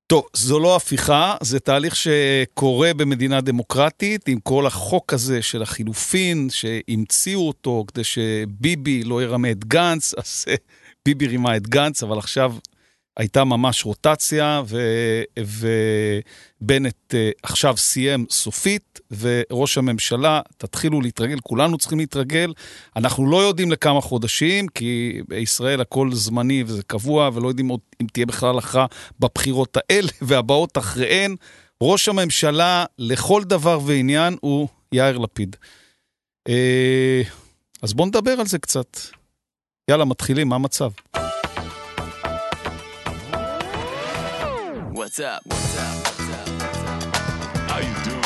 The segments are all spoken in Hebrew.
טוב, זו לא הפיכה, זה תהליך שקורה במדינה דמוקרטית, עם כל החוק הזה של החילופין, שהמציאו אותו כדי שביבי לא ירמה את גנץ, אז ביבי רימה את גנץ, אבל עכשיו הייתה ממש רוטציה, ובנט עכשיו סיים סופית, וראש הממשלה, תתחילו להתרגל, כולנו צריכים להתרגל, אנחנו לא יודעים לכמה חודשים, כי בישראל הכל זמני וזה קבוע, ולא יודעים אם תהיה בכלל הכרעה בבחירות האלה, והבאות אחריהן, ראש הממשלה לכל דבר ועניין הוא יאיר לפיד. אז בואו נדבר על זה קצת. יאללה, מתחילים, מה המצב? What's up? What's up? What's up? How you doing?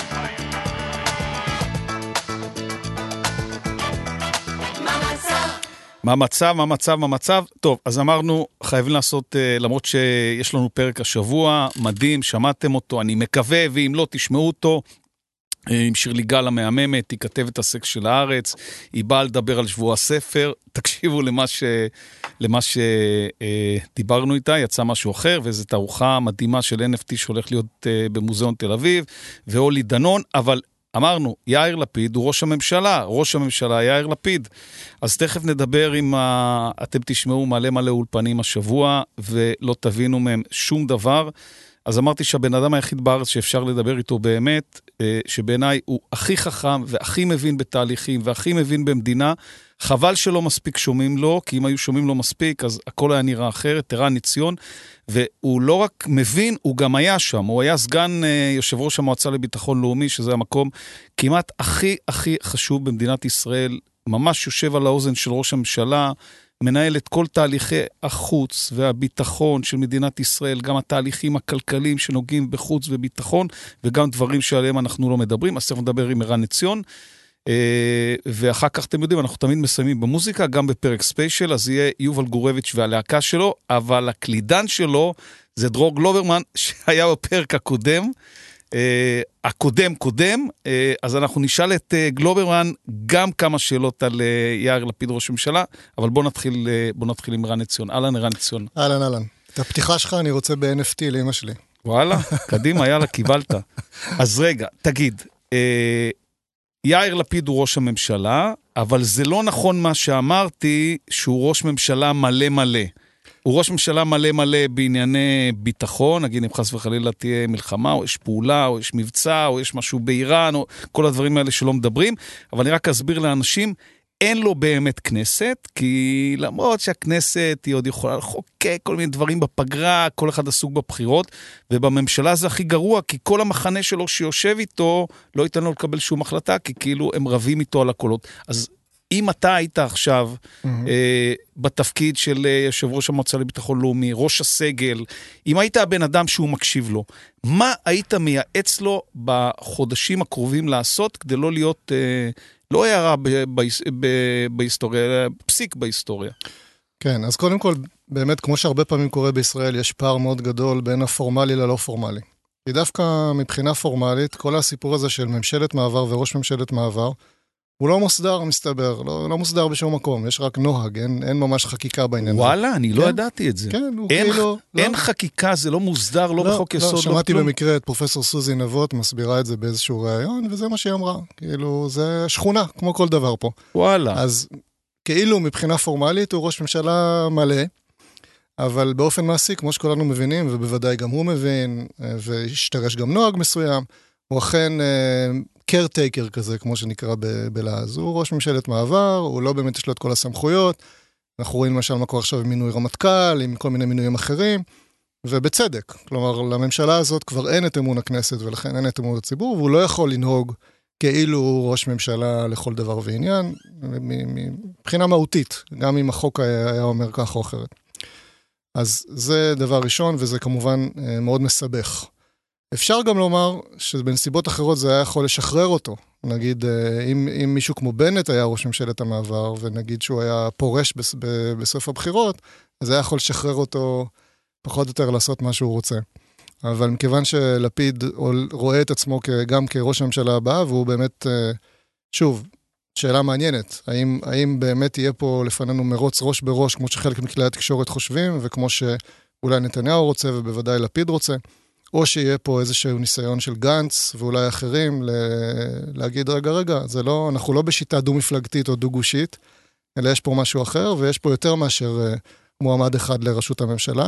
מה המצב? טוב, אז אמרנו, חייבים לעשות, למרות שיש לנו פרק השבוע, מדהים, שמעתם אותו, אני מקווה, ואם לא, תשמעו אותו, עם שירלי גל המהממת, היא כתבת הסקס של הארץ, היא באה לדבר על שבוע הספר, תקשיבו למה שדיברנו איתה, יצא משהו אחר, וזו תערוכה מדהימה של NFT שהולך להיות במוזיאון תל אביב, ואולי דנון, אבל אמרנו, יאיר לפיד הוא ראש הממשלה יאיר לפיד, אז תכף נדבר עם, אתם תשמעו מלא אולפנים השבוע, ולא תבינו מהם שום דבר, אז אמרתי שהבן אדם היחיד בארץ שאפשר לדבר איתו באמת, שבעיניי הוא הכי חכם והכי מבין בתהליכים והכי מבין במדינה, חבל שלא מספיק שומעים לו, כי אם היו שומעים לו מספיק, אז הכל היה נראה אחרת, ערן עציון, והוא לא רק מבין, הוא גם היה שם, הוא היה סגן יושב ראש המועצה לביטחון לאומי, שזה המקום כמעט הכי חשוב במדינת ישראל, ממש יושב על האוזן של ראש הממשלה, מנהל את כל תהליכי החוץ והביטחון של מדינת ישראל, גם התהליכים הכלכליים שנוגעים בחוץ וביטחון, וגם דברים שעליהם אנחנו לא מדברים, אז צריך לדבר עם ערן עציון, ואחר כך אתם יודעים, אנחנו תמיד מסיימים במוזיקה, גם בפרק ספיישל, אז יהיה יובל גורביץ' והלהקה שלו, אבל הקלידן שלו זה דרור גלוברמן, שהיה בפרק הקודם, אז אנחנו נשאל את גלוברמן גם כמה שאלות על יאיר לפיד ראש הממשלה, אבל בוא נתחיל עם ערן עציון. אהלן, ערן עציון. אהלן. את הפתיחה שלך אני רוצה ב-NFT לאמא שלי. וואלה, קדימה, יאללה, קיבלת. אז רגע, תגיד, יאיר לפיד הוא ראש הממשלה, אבל זה לא נכון מה שאמרתי, שהוא ראש ממשלה מלא. הוא ראש ממשלה מלא בענייני ביטחון, נגיד אם חס וחלילה תהיה מלחמה, או יש פעולה, או יש מבצע, או יש משהו באיראן, או כל הדברים האלה שלא מדברים, אבל אני רק אסביר לאנשים, אין לו באמת כנסת, כי למרות שהכנסת היא עוד יכולה לחוקק כל מיני דברים בפגרה, כל אחד עסוק בבחירות, ובממשלה זה הכי גרוע, כי כל המחנה שלו שיושב איתו, לא ייתן לו לקבל שום החלטה, כי כאילו הם רבים איתו על הקולות. אז אם אתה היית עכשיו בתפקיד של יושב ראש המועצה לביטחון לאומי, ראש הסגל, אם היית הבן אדם שהוא מקשיב לו, מה היית מייעץ לו בחודשים הקרובים לעשות, כדי לא להיות, לא הערה בהיסטוריה, אלא פסיק בהיסטוריה? כן, אז קודם כל, באמת, כמו שהרבה פעמים קורה בישראל, יש פער מאוד גדול בין הפורמלי ללא פורמלי. כי דווקא מבחינה פורמלית, כל הסיפור הזה של ממשלת מעבר וראש ממשלת מעבר, הוא לא מוסדר, מסתבר, לא מוסדר בשום מקום, יש רק נוהג, אין ממש חקיקה בעניין הזה. וואלה, אני לא ידעתי את זה. כן, הוא כאילו... אין חקיקה, זה לא מוסדר, לא בחוק יסוד. לא, שמעתי במקרה את פרופסור סוזי נבות, מסבירה את זה באיזשהו ראיון, וזה מה שהיא אמרה. כאילו, זה שכונה, כמו כל דבר פה. וואלה. אז כאילו מבחינה פורמלית הוא ראש ממשלה מלא, אבל באופן מעשי, כמו שכולנו מבינים, ובוודאי גם הוא מבין, והשתרש גם נוהג מסוים, הוא אכן caretaker כזה, כמו שנקרא בלעז. הוא ראש ממשלת מעבר, הוא לא באמת יש לו את כל הסמכויות, אנחנו רואים למשל מה קורה עכשיו עם מינוי רמטכ"ל, עם כל מיני מינויים אחרים, ובצדק. כלומר, לממשלה הזאת כבר אין את אמון הכנסת, ולכן אין את אמון הציבור, והוא לא יכול לנהוג כאילו הוא ראש ממשלה לכל דבר ועניין, מבחינה מהותית, גם אם החוק היה אומר כך או אחרת. אז זה דבר ראשון, וזה כמובן מאוד מסבך. אפשר גם לומר שבנסיבות אחרות זה היה יכול לשחרר אותו. נגיד, אם מישהו כמו בנט היה ראש ממשלת המעבר, ונגיד שהוא היה פורש בסוף הבחירות, אז היה יכול לשחרר אותו פחות או יותר לעשות מה שהוא רוצה. אבל מכיוון שלפיד רואה את עצמו גם כראש הממשלה הבא, והוא באמת, שוב, שאלה מעניינת, האם באמת יהיה פה לפנינו מרוץ ראש בראש, כמו שחלק מכלי התקשורת חושבים, וכמו שאולי נתניהו רוצה, ובוודאי לפיד רוצה, או שיהיה פה איזשהו ניסיון של גנץ, ואולי אחרים, להגיד, רגע, אנחנו לא בשיטה דו-מפלגתית או דו-גושית, אלא יש פה משהו אחר, ויש פה יותר מאשר מועמד אחד לראשות הממשלה.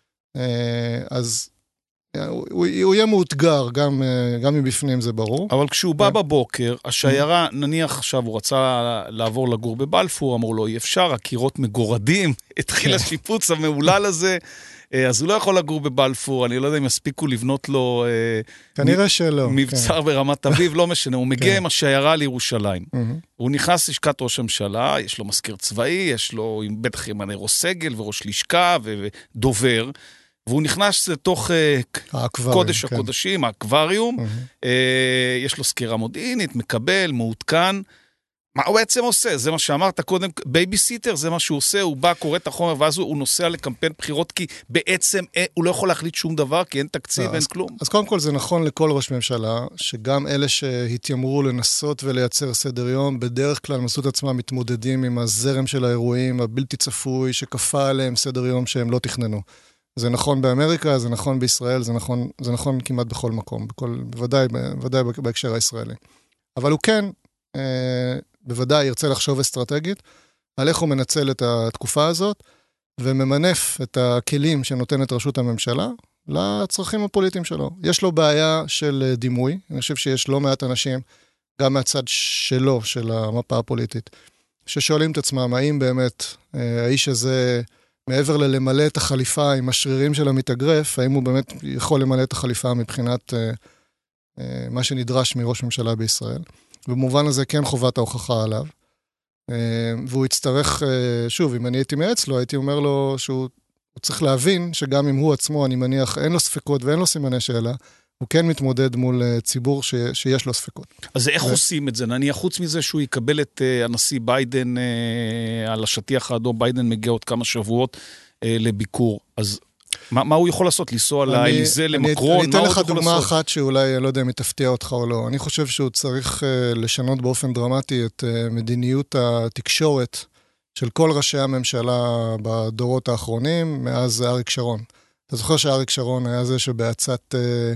אז הוא יהיה מאותגר, גם מבפנים זה ברור. אבל כשהוא בא בבוקר, השיירה, נניח עכשיו הוא רצה לעבור לגור בבלפור, אמרו לו, אי אפשר, הקירות מגורדים, התחיל השיפוץ המעולל הזה, אז הוא לא יכול לגור בבלפור, אני לא יודע אם יספיקו לבנות לו כנראה שלא. מבצר ברמת אביב, לא משנה, הוא מגיע עם השיירה לירושלים. הוא נכנס לשכת ראש הממשלה, יש לו מזכיר צבאי, יש לו בטח ימנה ראש סגל וראש לשכה ודובר, והוא נכנס לתוך קודש הקודשים, האקווריום, יש לו סקירה מודיעינית, מקבל, מעודכן, מה הוא בעצם עושה? זה מה שאמרת קודם, בייביסיטר, זה מה שהוא עושה, הוא בא, קורא את החומר, ואז הוא נוסע לקמפיין בחירות, כי בעצם הוא לא יכול להחליט שום דבר, כי אין תקציב, אין כלום. אז קודם כל זה נכון לכל ראש ממשלה, שגם אלה שהתיימרו לנסות ולייצר סדר יום, בדרך כלל מסות עצמם מתמודדים עם הזרם של האירועים, הבלתי צפוי, שכפה עליהם סדר יום שהם לא תכננו. זה נכון באמריקה, זה נכון בישראל, זה נכון כמעט בכל מקום, בוודאי בהקשר הישראלי. אבל הוא כן, בוודאי ירצה לחשוב אסטרטגית, על איך הוא מנצל את התקופה הזאת, וממנף את הכלים שנותנת ראשות הממשלה, לצרכים הפוליטיים שלו. יש לו בעיה של דימוי, אני חושב שיש לא מעט אנשים, גם מהצד שלו, של המפה הפוליטית, ששואלים את עצמם, האם באמת האיש הזה, מעבר ללמלא את החליפה עם השרירים של המתאגרף, האם הוא באמת יכול למלא את החליפה מבחינת מה שנדרש מראש ממשלה בישראל. במובן הזה כן חובת ההוכחה עליו. והוא יצטרך, שוב, אם אני הייתי מייעץ לו, הייתי אומר לו שהוא צריך להבין שגם אם הוא עצמו, אני מניח, אין לו ספקות ואין לו סימני שאלה, הוא כן מתמודד מול ציבור שיש לו ספקות. אז איך עושים את זה? נניח חוץ מזה שהוא יקבל את הנשיא ביידן על השטיח האדום, ביידן מגיע עוד כמה שבועות לביקור, אז מה הוא יכול לעשות? לנסוע לאליזה, למקרון? אני אתן לך דוגמה אחת שאולי, אני לא יודע אם היא תפתיע אותך או לא. אני חושב שהוא צריך לשנות באופן דרמטי את מדיניות התקשורת של כל ראשי הממשלה בדורות האחרונים, מאז אריק שרון. אתה זוכר שאריק שרון היה זה שבעצת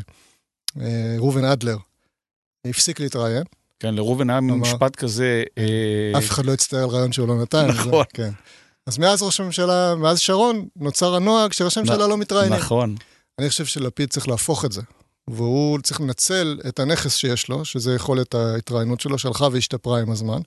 רובן אדלר הפסיק להתראיין? כן, לרובן היה משפט כזה... אף אחד לא יצטער על רעיון שהוא לא נתן. נכון. כן. אז מאז ראש הממשלה, מאז שרון, נוצר הנוהג שראש הממשלה לא מתראיינים. נכון. אני חושב שלפיד צריך להפוך את זה, והוא צריך לנצל את הנכס שיש לו, שזה יכולת ההתראיינות שלו, שהלכה והשתפרה עם הזמן,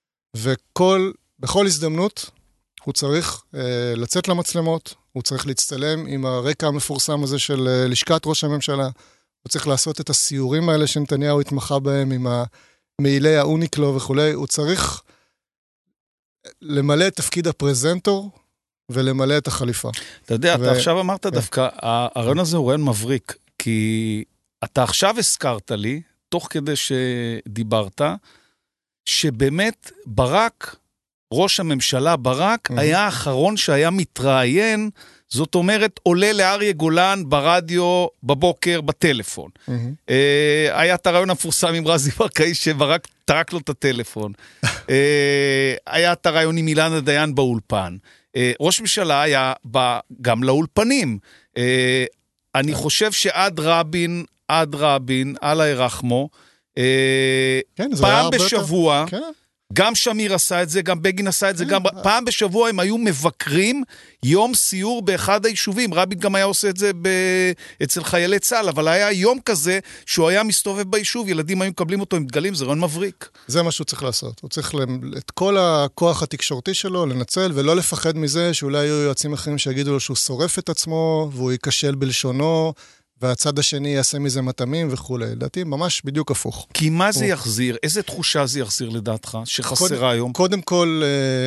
בכל הזדמנות הוא צריך לצאת למצלמות, הוא צריך להצטלם עם הרקע המפורסם הזה של לשכת ראש הממשלה, הוא צריך לעשות את הסיורים האלה שנתניהו התמחה בהם, עם המעילי האוניקלו וכו', הוא צריך למלא את תפקיד הפרזנטור, ולמלא את החליפה. אתה יודע, אתה עכשיו אמרת דווקא, הרעיון הזה הוא רעיון מבריק, כי אתה עכשיו הזכרת לי, תוך כדי שדיברת, שבאמת ברק, ראש הממשלה ברק, היה האחרון שהיה מתראיין, זאת אומרת, עולה לאריה גולן ברדיו בבוקר בטלפון. היה את הרעיון המפורסם עם רזי ברקאי שברק טרק לו את הטלפון. היה את הרעיון עם אילנה דיין באולפן. ראש ממשלה היה גם לאולפנים. אני חושב שעד רבין, אללה ירחמו, פעם בשבוע, גם שמיר עשה את זה, גם בגין עשה את זה, גם פעם בשבוע הם היו מבקרים יום סיור באחד היישובים. רבין גם היה עושה את זה אצל חיילי צה"ל, אבל היה יום כזה שהוא היה מסתובב ביישוב, ילדים היו מקבלים אותו עם דגלים, זה רעיון מבריק. זה מה שהוא צריך לעשות. הוא צריך את כל הכוח התקשורתי שלו לנצל, ולא לפחד מזה שאולי יהיו יועצים אחרים שיגידו לו שהוא שורף את עצמו, והוא ייכשל בלשונו, והצד השני יעשה מזה מתאמים וכו'. לדעתי, ממש בדיוק הפוך. כי מה זה יחזיר? איזה תחושה זה יחזיר לדעתך, שחסרה היום? קודם כל,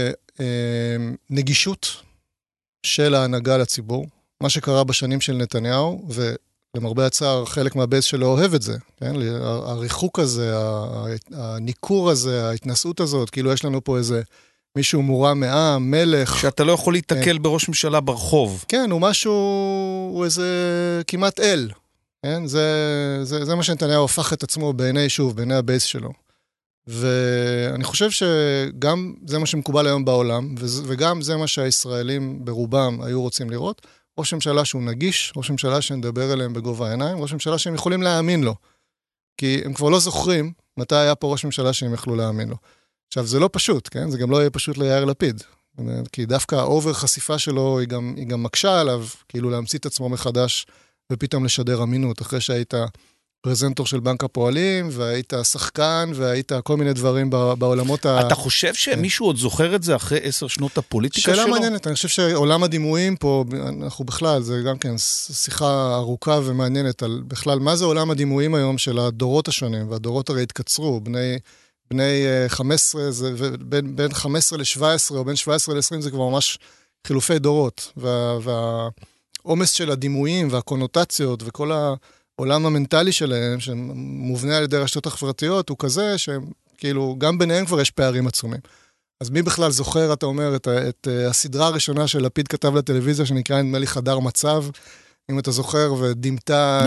נגישות של ההנהגה לציבור. מה שקרה בשנים של נתניהו, ולמרבה הצער, חלק מהבייס שלו אוהב את זה. כן? הריחוק הזה, הניכור הזה, ההתנסות הזאת, כאילו יש לנו פה איזה מישהו מורם מעם, מלך. שאתה לא יכול להתקל בראש ממשלה ברחוב. כן, הוא משהו, הוא איזה כמעט אל. כן? זה מה שנתניהו הפך את עצמו בעיני, שוב, בעיני הבייס שלו. ואני חושב שגם זה מה שמקובל היום בעולם, וגם זה מה שהישראלים ברובם היו רוצים לראות, ראש ממשלה שהוא נגיש, ראש ממשלה שנדבר אליהם בגובה העיניים, ראש ממשלה שהם יכולים להאמין לו. כי הם כבר לא זוכרים מתי היה פה ראש ממשלה שהם יכלו להאמין לו. עכשיו, זה לא פשוט, כן? זה גם לא יהיה פשוט ליאיר לפיד. כי דווקא האובר חשיפה שלו היא גם מקשה עליו, כאילו להמציא את עצמו מחדש, ופתאום לשדר אמינות, אחרי שהיית פרזנטור של בנק הפועלים, והיית שחקן, והיית כל מיני דברים בעולמות אתה חושב שמישהו עוד זוכר את זה אחרי 10 שנות הפוליטיקה שלו? שאלה מעניינת, אני חושב שעולם הדימויים פה, אנחנו בכלל, זה גם כן שיחה ארוכה ומעניינת, על בכלל, מה זה עולם הדימויים היום של הדורות השונים, והדורות הרי התקצרו, בני 15, בין 15 ל-17, או בין 17 ל-20, זה כבר ממש חילופי דורות, והעומס של הדימויים, והקונוטציות, וכל העולם המנטלי שלהם, שמובנה על ידי רשתות החברתיות, הוא כזה שכאילו, גם ביניהם כבר יש פערים עצומים. אז מי בכלל זוכר, אתה אומר, את הסדרה הראשונה של לפיד כתב לטלוויזיה, שנקרא, נדמה לי, חדר מצב, אם אתה זוכר, ודימתה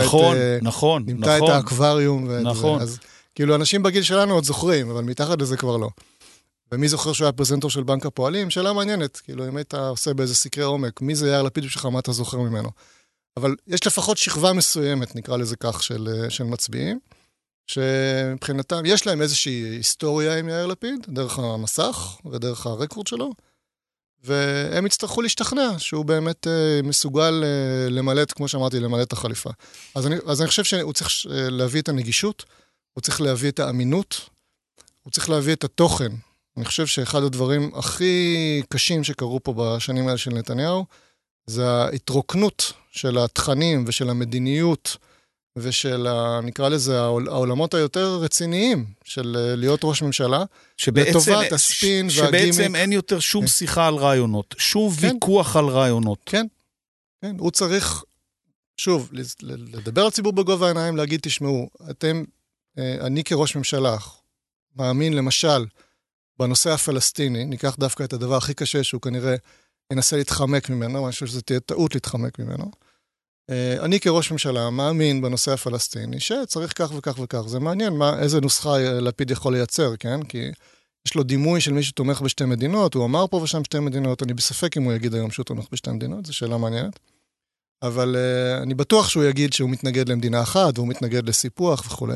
את האקווריום. נכון. אז כאילו, אנשים בגיל שלנו עוד זוכרים, אבל מתחת לזה כבר לא. ומי זוכר שהוא היה פרזנטור של בנק הפועלים? שאלה מעניינת. כאילו, אם היית עושה באיזה סקרי עומק, מי זה יאיר לפיד בשבילך, מה אתה זוכר ממנו? אבל יש לפחות שכבה מסוימת, נקרא לזה כך, של מצביעים, שמבחינתם, יש להם איזושהי היסטוריה עם יאיר לפיד, דרך המסך ודרך הרקורד שלו, והם יצטרכו להשתכנע שהוא באמת מסוגל למלט, כמו שאמרתי, למלט את החליפה. אז אני חושב שהוא צריך להביא את הנגישות, הוא צריך להביא את האמינות, הוא צריך להביא את התוכן. אני חושב שאחד הדברים הכי קשים שקרו פה בשנים האלה של נתניהו, זה ההתרוקנות של התכנים ושל המדיניות ושל, נקרא לזה, העולמות היותר רציניים של להיות ראש ממשלה, לטובת הספין והגימיק. שבעצם אין יותר שום שיחה על רעיונות, שום ויכוח על רעיונות. כן, כן, הוא צריך, שוב, לדבר על ציבור בגובה העיניים, להגיד, תשמעו, אני כראש ממשלה, מאמין למשל, בנושא הפלסטיני, ניקח דווקא את הדבר הכי קשה שהוא כנראה ינסה להתחמק ממנו, אני חושב שזה תהיה טעות להתחמק ממנו. אני כראש ממשלה מאמין בנושא הפלסטיני, שצריך כך וכך וכך. זה מעניין איזה נוסחה לפיד יכול לייצר, כן? כי יש לו דימוי של מי שתומך בשתי מדינות, הוא אמר פה ושם שתי מדינות, אני בספק אם הוא יגיד היום שהוא תומך בשתי מדינות, זו שאלה מעניינת. אבל אני בטוח שהוא יגיד שהוא מתנגד למדינה אחת, והוא מתנגד לסיפוח וכו'.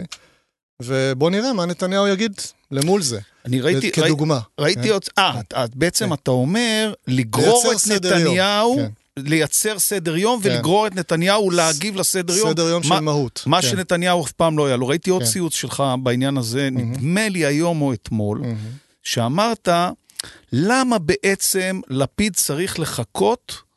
ובוא נראה מה נתניהו יגיד למול זה. אני ראיתי, כדוגמה. ראיתי עוד, בעצם אתה אומר, לגרור את נתניהו, לייצר סדר יום, ולגרור את נתניהו להגיב לסדר יום. סדר יום של מהות. מה שנתניהו אף פעם לא היה לו. ראיתי עוד ציוץ שלך בעניין הזה, נדמה לי היום או אתמול, שאמרת, למה בעצם לפיד צריך לחכות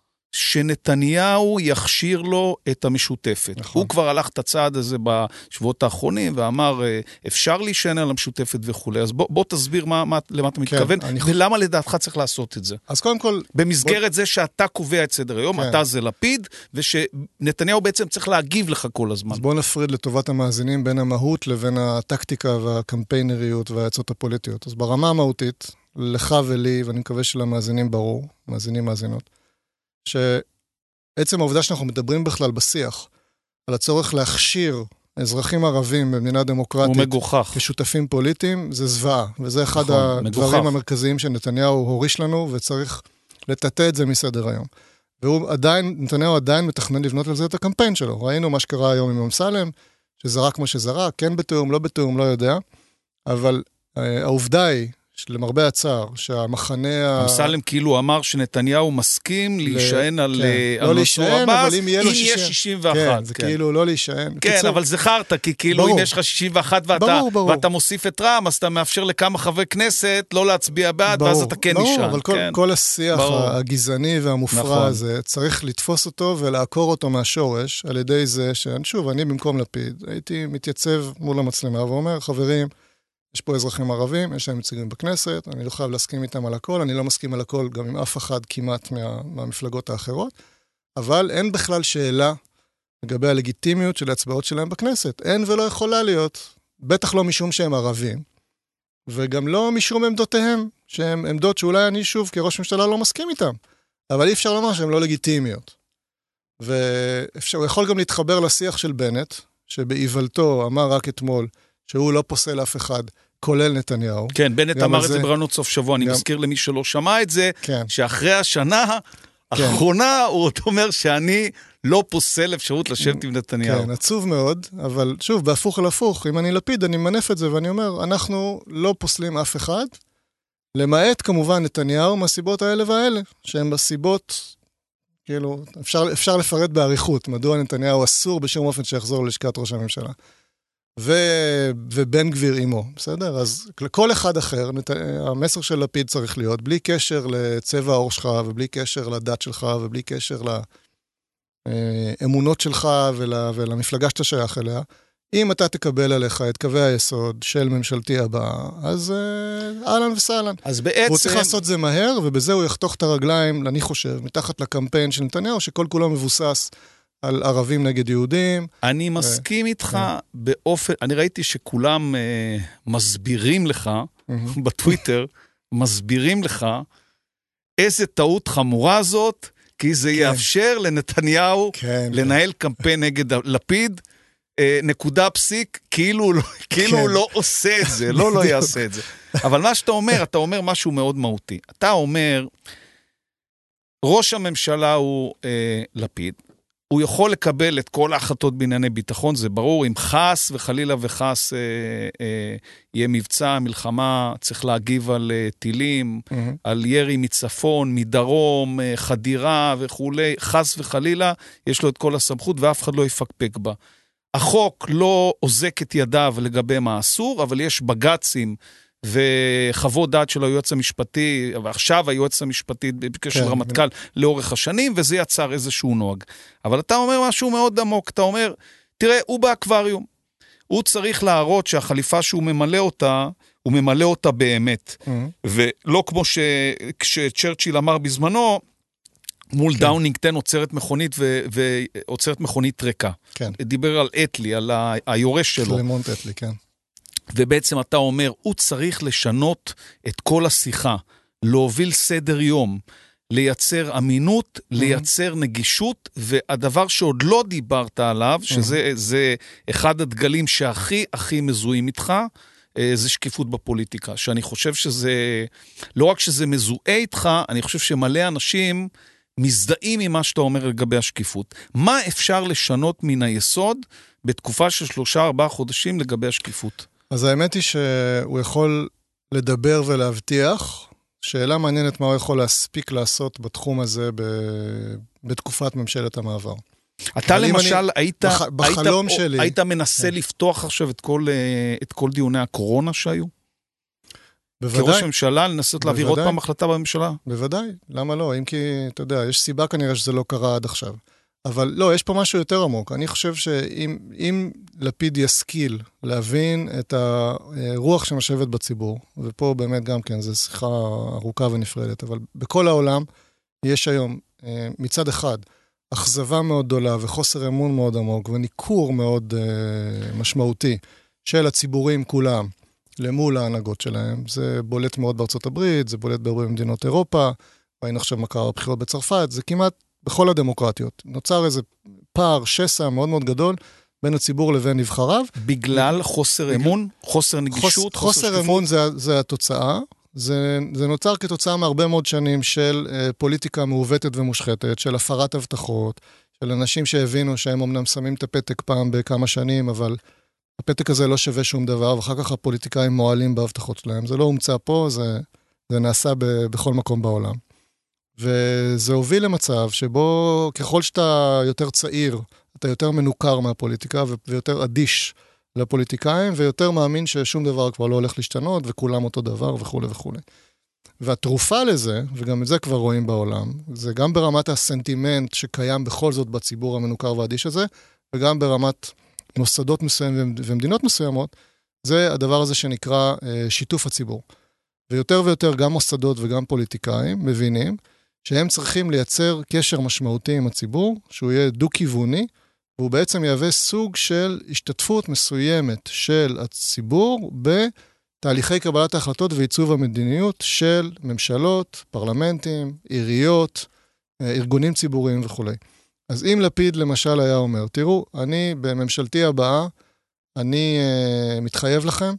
שנתניהו יכשיר לו את המשותפת. נכון. הוא כבר הלך את הצעד הזה בשבועות האחרונים, ואמר, אפשר להישען על המשותפת וכו'. אז בוא תסביר למה אתה מתכוון, ולמה לדעתך צריך לעשות את זה. אז קודם כל... במסגרת זה שאתה קובע את סדר היום, אתה זה לפיד, ושנתניהו בעצם צריך להגיב לך כל הזמן. אז בוא נפריד לטובת המאזינים בין המהות לבין הטקטיקה והקמפיינריות והעצות הפוליטיות. אז ברמה המהותית, לך ולי, ואני מקווה שלמאזינים ברור, מאזינות, שעצם העובדה שאנחנו מדברים בכלל בשיח על הצורך להכשיר אזרחים ערבים במדינה דמוקרטית כשותפים פוליטיים, זה זוועה, וזה אחד הדברים המרכזיים שנתניהו הוריש לנו, וצריך לטאטא את זה מסדר היום. נתניהו עדיין מתכנן לבנות על זה את הקמפיין שלו. ראינו מה שקרה היום עם אמסלם, שזרק כמו שזרק, כן בתיאום, לא בתיאום, לא יודע, אבל העובדה היא, למרבה הצער, שהמחנה... אמסלם כאילו אמר שנתניהו מסכים להישען על מנסור עבאס, אם יש 61. כן, זה כאילו לא להישען. כן, אבל זכרת, כי כאילו אם יש לך 61 ואתה מוסיף את רע"מ, אז אתה מאפשר לכמה חברי כנסת לא להצביע בעד, ואז אתה כן נשען. אבל כל השיח הגזעני והמופרע הזה, צריך לתפוס אותו ולעקור אותו מהשורש, על ידי זה ששוב, אני במקום לפיד, הייתי מתייצב מול המצלמה ואומר, חברים, יש פה אזרחים ערבים, יש להם נציגים בכנסת, אני לא חייב להסכים איתם על הכל, אני לא מסכים על הכל גם עם אף אחד כמעט מהמפלגות האחרות, אבל אין בכלל שאלה לגבי הלגיטימיות של ההצבעות שלהם בכנסת. אין ולא יכולה להיות, בטח לא משום שהם ערבים, וגם לא משום עמדותיהם, שהן עמדות שאולי אני שוב כראש ממשלה לא מסכים איתם, אבל אי אפשר לומר שהן לא לגיטימיות. והוא יכול גם להתחבר לשיח של בנט, שבאיוולתו אמר רק אתמול, שהוא לא פוסל אף אחד, כולל נתניהו. כן, בנט אמר את זה ברעיונות סוף שבוע, אני מזכיר למי שלא שמע את זה, שאחרי השנה, אחרונה הוא עוד אומר שאני לא פוסל אפשרות לשבת עם נתניהו. כן, עצוב מאוד, אבל שוב, בהפוך על הפוך, אם אני לפיד, אני מנף את זה ואני אומר, אנחנו לא פוסלים אף אחד, למעט כמובן נתניהו מהסיבות האלה והאלה, שהן בסיבות, כאילו, אפשר לפרט בעריכות, מדוע נתניהו אסור בשום אופן שיחזור ללשכת ראש הממשלה. ובן גביר עמו, בסדר? אז כל אחד אחר, המסר של לפיד צריך להיות, בלי קשר לצבע העור שלך, ובלי קשר לדת שלך, ובלי קשר לאמונות שלך ולמפלגה שאתה שייך אליה, אם אתה תקבל עליך את קווי היסוד של ממשלתי הבא, אז אהלן וסהלן. אז בעצם... הוא צריך לעשות זה מהר, ובזה הוא יחתוך את הרגליים, אני חושב, מתחת לקמפיין של נתניהו, שכל כולו מבוסס על ערבים נגד יהודים. אני מסכים איתך באופן... אני ראיתי שכולם מסבירים לך, בטוויטר, מסבירים לך איזה טעות חמורה זאת, כי זה יאפשר לנתניהו לנהל קמפיין נגד לפיד, נקודה פסיק, כאילו הוא לא עושה את זה, לא יעשה את זה. אבל מה שאתה אומר, אתה אומר משהו מאוד מהותי. אתה אומר, ראש הממשלה הוא לפיד, הוא יכול לקבל את כל ההחלטות בענייני ביטחון, זה ברור, אם חס וחלילה וחס יהיה מבצע, מלחמה, צריך להגיב על טילים, על ירי מצפון, מדרום, חדירה וכולי, חס וחלילה, יש לו את כל הסמכות ואף אחד לא יפקפק בה. החוק לא עוזק את ידיו לגבי מה אסור, אבל יש בגצים וחוות דעת של היועץ המשפטי, ועכשיו היועץ המשפטי בקשר רמטכ"ל לאורך השנים, וזה יצר איזשהו נוהג. אבל אתה אומר משהו מאוד עמוק, אתה אומר, תראה, הוא באקווריום, הוא צריך להראות שהחליפה שהוא ממלא אותה, הוא ממלא אותה באמת. ולא כמו כשצ'רצ'יל אמר בזמנו, מול דאונינג 10 עוצרת מכונית ועוצרת מכונית ריקה. דיבר על אטלי, על היורש שלו. קלמונט אטלי, כן. ובעצם אתה אומר, הוא צריך לשנות את כל השיחה, להוביל סדר יום, לייצר אמינות, לייצר נגישות, והדבר שעוד לא דיברת עליו, שזה אחד הדגלים שהכי הכי מזוהים איתך, זה שקיפות בפוליטיקה, שאני חושב שזה, לא רק שזה מזוהה איתך, אני חושב שמלא אנשים מזדהים עם מה שאתה אומר לגבי השקיפות. מה אפשר לשנות מן היסוד בתקופה של 3-4 חודשים לגבי השקיפות? אז האמת היא שהוא יכול לדבר ולהבטיח, שאלה מעניינת מה הוא יכול להספיק לעשות בתחום הזה בתקופת ממשלת המעבר. אתה למשל בחלום שלי, היית מנסה לפתוח עכשיו את כל דיוני הקורונה שהיו? בוודאי. כראש ממשלה לנסות להעביר עוד פעם החלטה בממשלה? בוודאי, למה לא? אם כי, אתה יודע, יש סיבה כנראה שזה לא קרה עד עכשיו. אבל לא, יש פה משהו יותר עמוק. אני חושב שאם לפיד ישכיל להבין את הרוח שמשבת בציבור, ופה באמת גם כן, זו שיחה ארוכה ונפרדת, אבל בכל העולם יש היום מצד אחד אכזבה מאוד גדולה וחוסר אמון מאוד עמוק וניכור מאוד משמעותי של הציבורים כולם למול ההנהגות שלהם. זה בולט מאוד בארצות הברית, זה בולט בהרבה במדינות אירופה, ראינו עכשיו מה קרה בבחירות בצרפת, זה כמעט בכל הדמוקרטיות. נוצר איזה פער, שסע מאוד מאוד גדול בין הציבור לבין נבחריו. בגלל חוסר אמון, חוסר נגישות, חוסר אמון זה התוצאה. זה נוצר כתוצאה מהרבה מאוד שנים של פוליטיקה מעוותת ומושחתת, של הפרת הבטחות, של אנשים שהבינו שהם אמנם שמים את הפתק פעם בכמה שנים, אבל הפתק הזה לא שווה שום דבר, ואחר כך הפוליטיקאים מועלים בהבטחות שלהם. זה לא הומצא פה, זה נעשה בכל מקום בעולם. וזה הוביל למצב שבו ככל שאתה יותר צעיר, אתה יותר מנוכר מהפוליטיקה ויותר אדיש לפוליטיקאים, ויותר מאמין ששום דבר כבר לא הולך להשתנות, וכולם אותו דבר וכו' וכו'. והתרופה לזה, וגם את זה כבר רואים בעולם, זה גם ברמת הסנטימנט שקיים בכל זאת בציבור המנוכר והאדיש הזה, וגם ברמת מוסדות מסוימים ומדינות מסוימות, זה הדבר הזה שנקרא שיתוף הציבור. ויותר ויותר גם מוסדות וגם פוליטיקאים מבינים שהם צריכים לייצר קשר משמעותי עם הציבור, שהוא יהיה דו-כיווני, והוא בעצם יהווה סוג של השתתפות מסוימת של הציבור בתהליכי קבלת ההחלטות ועיצוב המדיניות של ממשלות, פרלמנטים, עיריות, ארגונים ציבוריים וכו'. אז אם לפיד למשל היה אומר, תראו, אני בממשלתי הבאה, אני מתחייב לכם,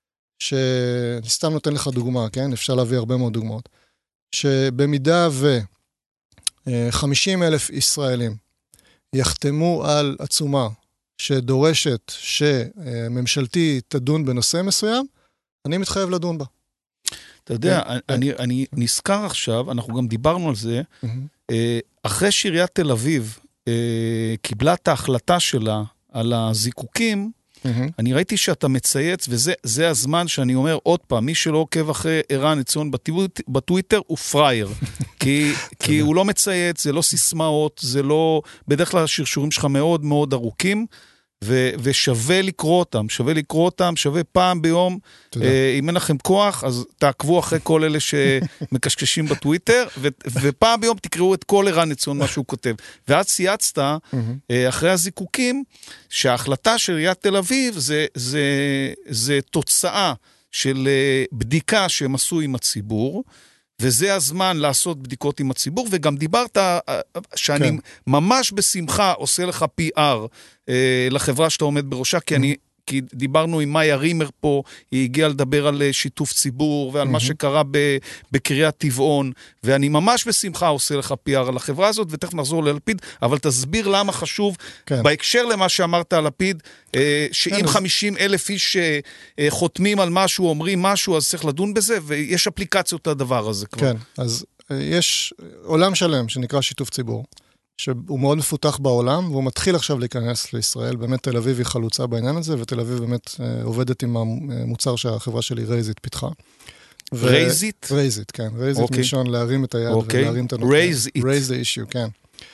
שאני סתם נותן לך דוגמה, כן? אפשר להביא הרבה מאוד דוגמאות. שבמידה 50,000 ישראלים יחתמו על עצומה שדורשת שממשלתי תדון בנושא מסוים, אני מתחייב לדון בה. אתה יודע, אני נזכר עכשיו, אנחנו גם דיברנו על זה, אחרי שעיריית תל אביב קיבלה את ההחלטה שלה על הזיקוקים, אני ראיתי שאתה מצייץ, וזה הזמן שאני אומר עוד פעם, מי שלא עוקב אחרי ערן עציון בטוויטר הוא פרייר, כי הוא לא מצייץ, זה לא סיסמאות, זה לא, בדרך כלל השרשורים שלך מאוד מאוד ארוכים, ושווה לקרוא אותם, שווה פעם ביום, אם אין לכם כוח, אז תעקבו אחרי כל אלה שמקשקשים בטוויטר, ופעם ביום תקראו את כל ערן עציון מה שהוא כותב. ואז צייצת, אחרי הזיקוקים, שההחלטה של עיריית תל אביב, זה תוצאה של בדיקה שהם עשו עם הציבור, וזה הזמן לעשות בדיקות עם הציבור, וגם דיברת שאני ממש בשמחה עושה לך PR לחברה שאתה עומד בראשה, כי דיברנו עם מאיה רימר פה, היא הגיעה לדבר על שיתוף ציבור, ועל מה שקרה בקריית טבעון, ואני ממש בשמחה עושה לך PR על החברה הזאת, ותכף נחזור ללפיד, אבל תסביר למה חשוב, בהקשר למה שאמרת על לפיד, שאם 50,000 איש חותמים על משהו, אומרים משהו, אז צריך לדון בזה, ויש אפליקציות לדבר הזה כבר. כן, אז יש עולם שלם שנקרא שיתוף ציבור, שהוא מאוד מפותח בעולם, והוא מתחיל עכשיו להיכנס לישראל. באמת תל אביב היא חלוצה בעניין הזה, ותל אביב באמת עובדת עם המוצר שהחברה שלי רייזית פיתחה. רייזית? רייזית, כן. רייזית מלשון להרים את היד ולהרים את הנושא. רייזית. Raise the issue, כן.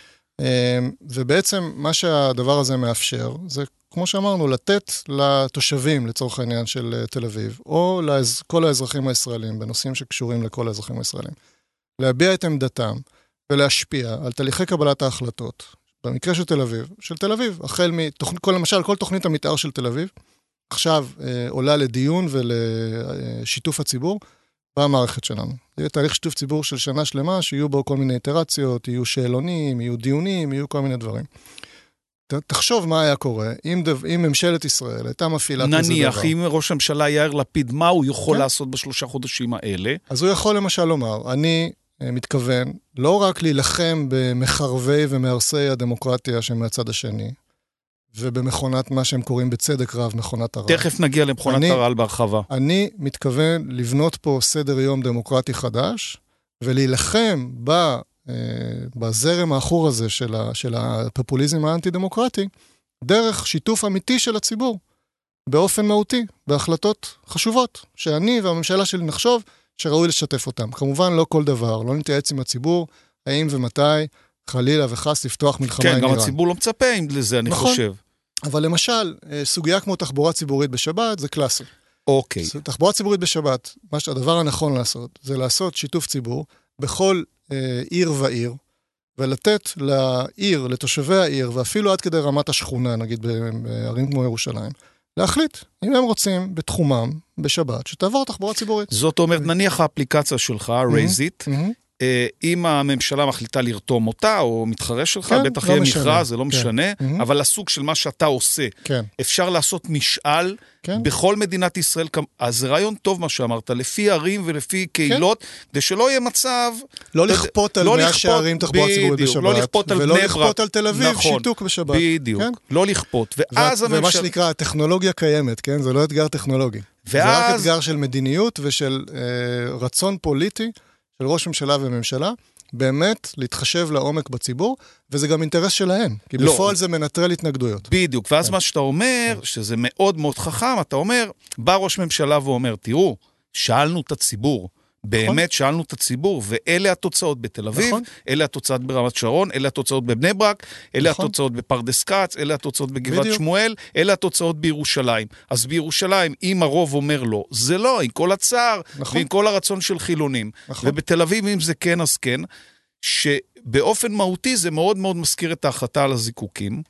ובעצם מה שהדבר הזה מאפשר, זה כמו שאמרנו, לתת לתושבים לצורך העניין של תל אביב, או לכל האזרחים הישראלים, בנושאים שקשורים לכל האזרחים הישראלים, להביע את עמדתם, ולהשפיע על תהליכי קבלת ההחלטות, במקרה של תל אביב, החל למשל, כל תוכנית המתאר של תל אביב, עכשיו עולה לדיון ולשיתוף הציבור במערכת שלנו. זה יהיה תהליך שיתוף ציבור של שנה שלמה, שיהיו בו כל מיני איטרציות, יהיו שאלונים, יהיו דיונים, יהיו כל מיני דברים. תחשוב מה היה קורה, אם ממשלת ישראל הייתה מפעילה כזה דבר. נניח, אם ראש הממשלה יאיר לפיד, מה הוא יכול לעשות בשלושה חודשים האלה? אז הוא יכול למשל לומר, אני מתכוון לא רק להילחם במחרבי ומהרסי הדמוקרטיה שמהצד השני, ובמכונת מה שהם קוראים בצדק רב, מכונת הרעל. תכף נגיע למכונת הרעל בהרחבה. אני מתכוון לבנות פה סדר יום דמוקרטי חדש, ולהילחם בזרם האחור הזה של הפופוליזם האנטי-דמוקרטי, דרך שיתוף אמיתי של הציבור, באופן מהותי, בהחלטות חשובות, שאני והממשלה שלי נחשוב שראוי לשתף אותם. כמובן לא כל דבר, לא נתייעץ עם הציבור, האם ומתי, חלילה וחס לפתוח מלחמה עם איראן. איראן. כן, גם הציבור לא מצפה לזה, אני חושב. אבל למשל, סוגיה כמו תחבורה ציבורית בשבת, זה קלאסי. אוקיי. תחבורה ציבורית בשבת, הדבר הנכון לעשות, זה לעשות שיתוף ציבור בכל עיר ועיר, ולתת לעיר, לתושבי העיר, ואפילו עד כדי רמת השכונה, נגיד בערים כמו ירושלים, להחליט, אם הם רוצים בתחומם, בשבת, שתעבור תחבורה ציבורית. זאת אומרת, נניח האפליקציה שלך, רייזית, אם הממשלה מחליטה לרתום אותה, או מתחרה שלך, בטח יהיה מכרז, זה לא משנה, אבל הסוג של מה שאתה עושה, אפשר לעשות משאל בכל מדינת ישראל, אז זה רעיון טוב מה שאמרת, לפי ערים ולפי קהילות, כדי שלא יהיה מצב... לא לכפות על 100 שערים תחבורה ציבורית בשבת, לא לכפות על בני ברק. ולא לכפות על תל אביב שיתוק בשבת. בדיוק, לא לכפות. ומה שנקרא, הטכנולוגיה קיימת, כן? זה לא אתגר טכנולוגי. זה רק אתגר של מדיניות ושל רצון פוליטי, של ראש ממשלה וממשלה, באמת להתחשב לעומק בציבור, וזה גם אינטרס שלהם, כי בפועל זה מנטרל התנגדויות. בדיוק, ואז מה שאתה אומר, שזה מאוד מאוד חכם, אתה אומר, בא ראש ממשלה ואומר, תראו, שאלנו את הציבור, באמת שאלנו את הציבור, ואלה התוצאות בתל אביב, אלה התוצאות ברמת שרון, אלה התוצאות בבני ברק, אלה התוצאות בפרדס כץ, אלה התוצאות בגבעת שמואל, אלה התוצאות בירושלים. אז בירושלים, אם הרוב אומר לא, זה לא, עם כל הצער, ועם כל הרצון של חילונים. ובתל אביב, אם זה כן, אז כן, שבאופן מהותי זה מאוד מאוד מזכיר את ההחלטה על הזיקוקים,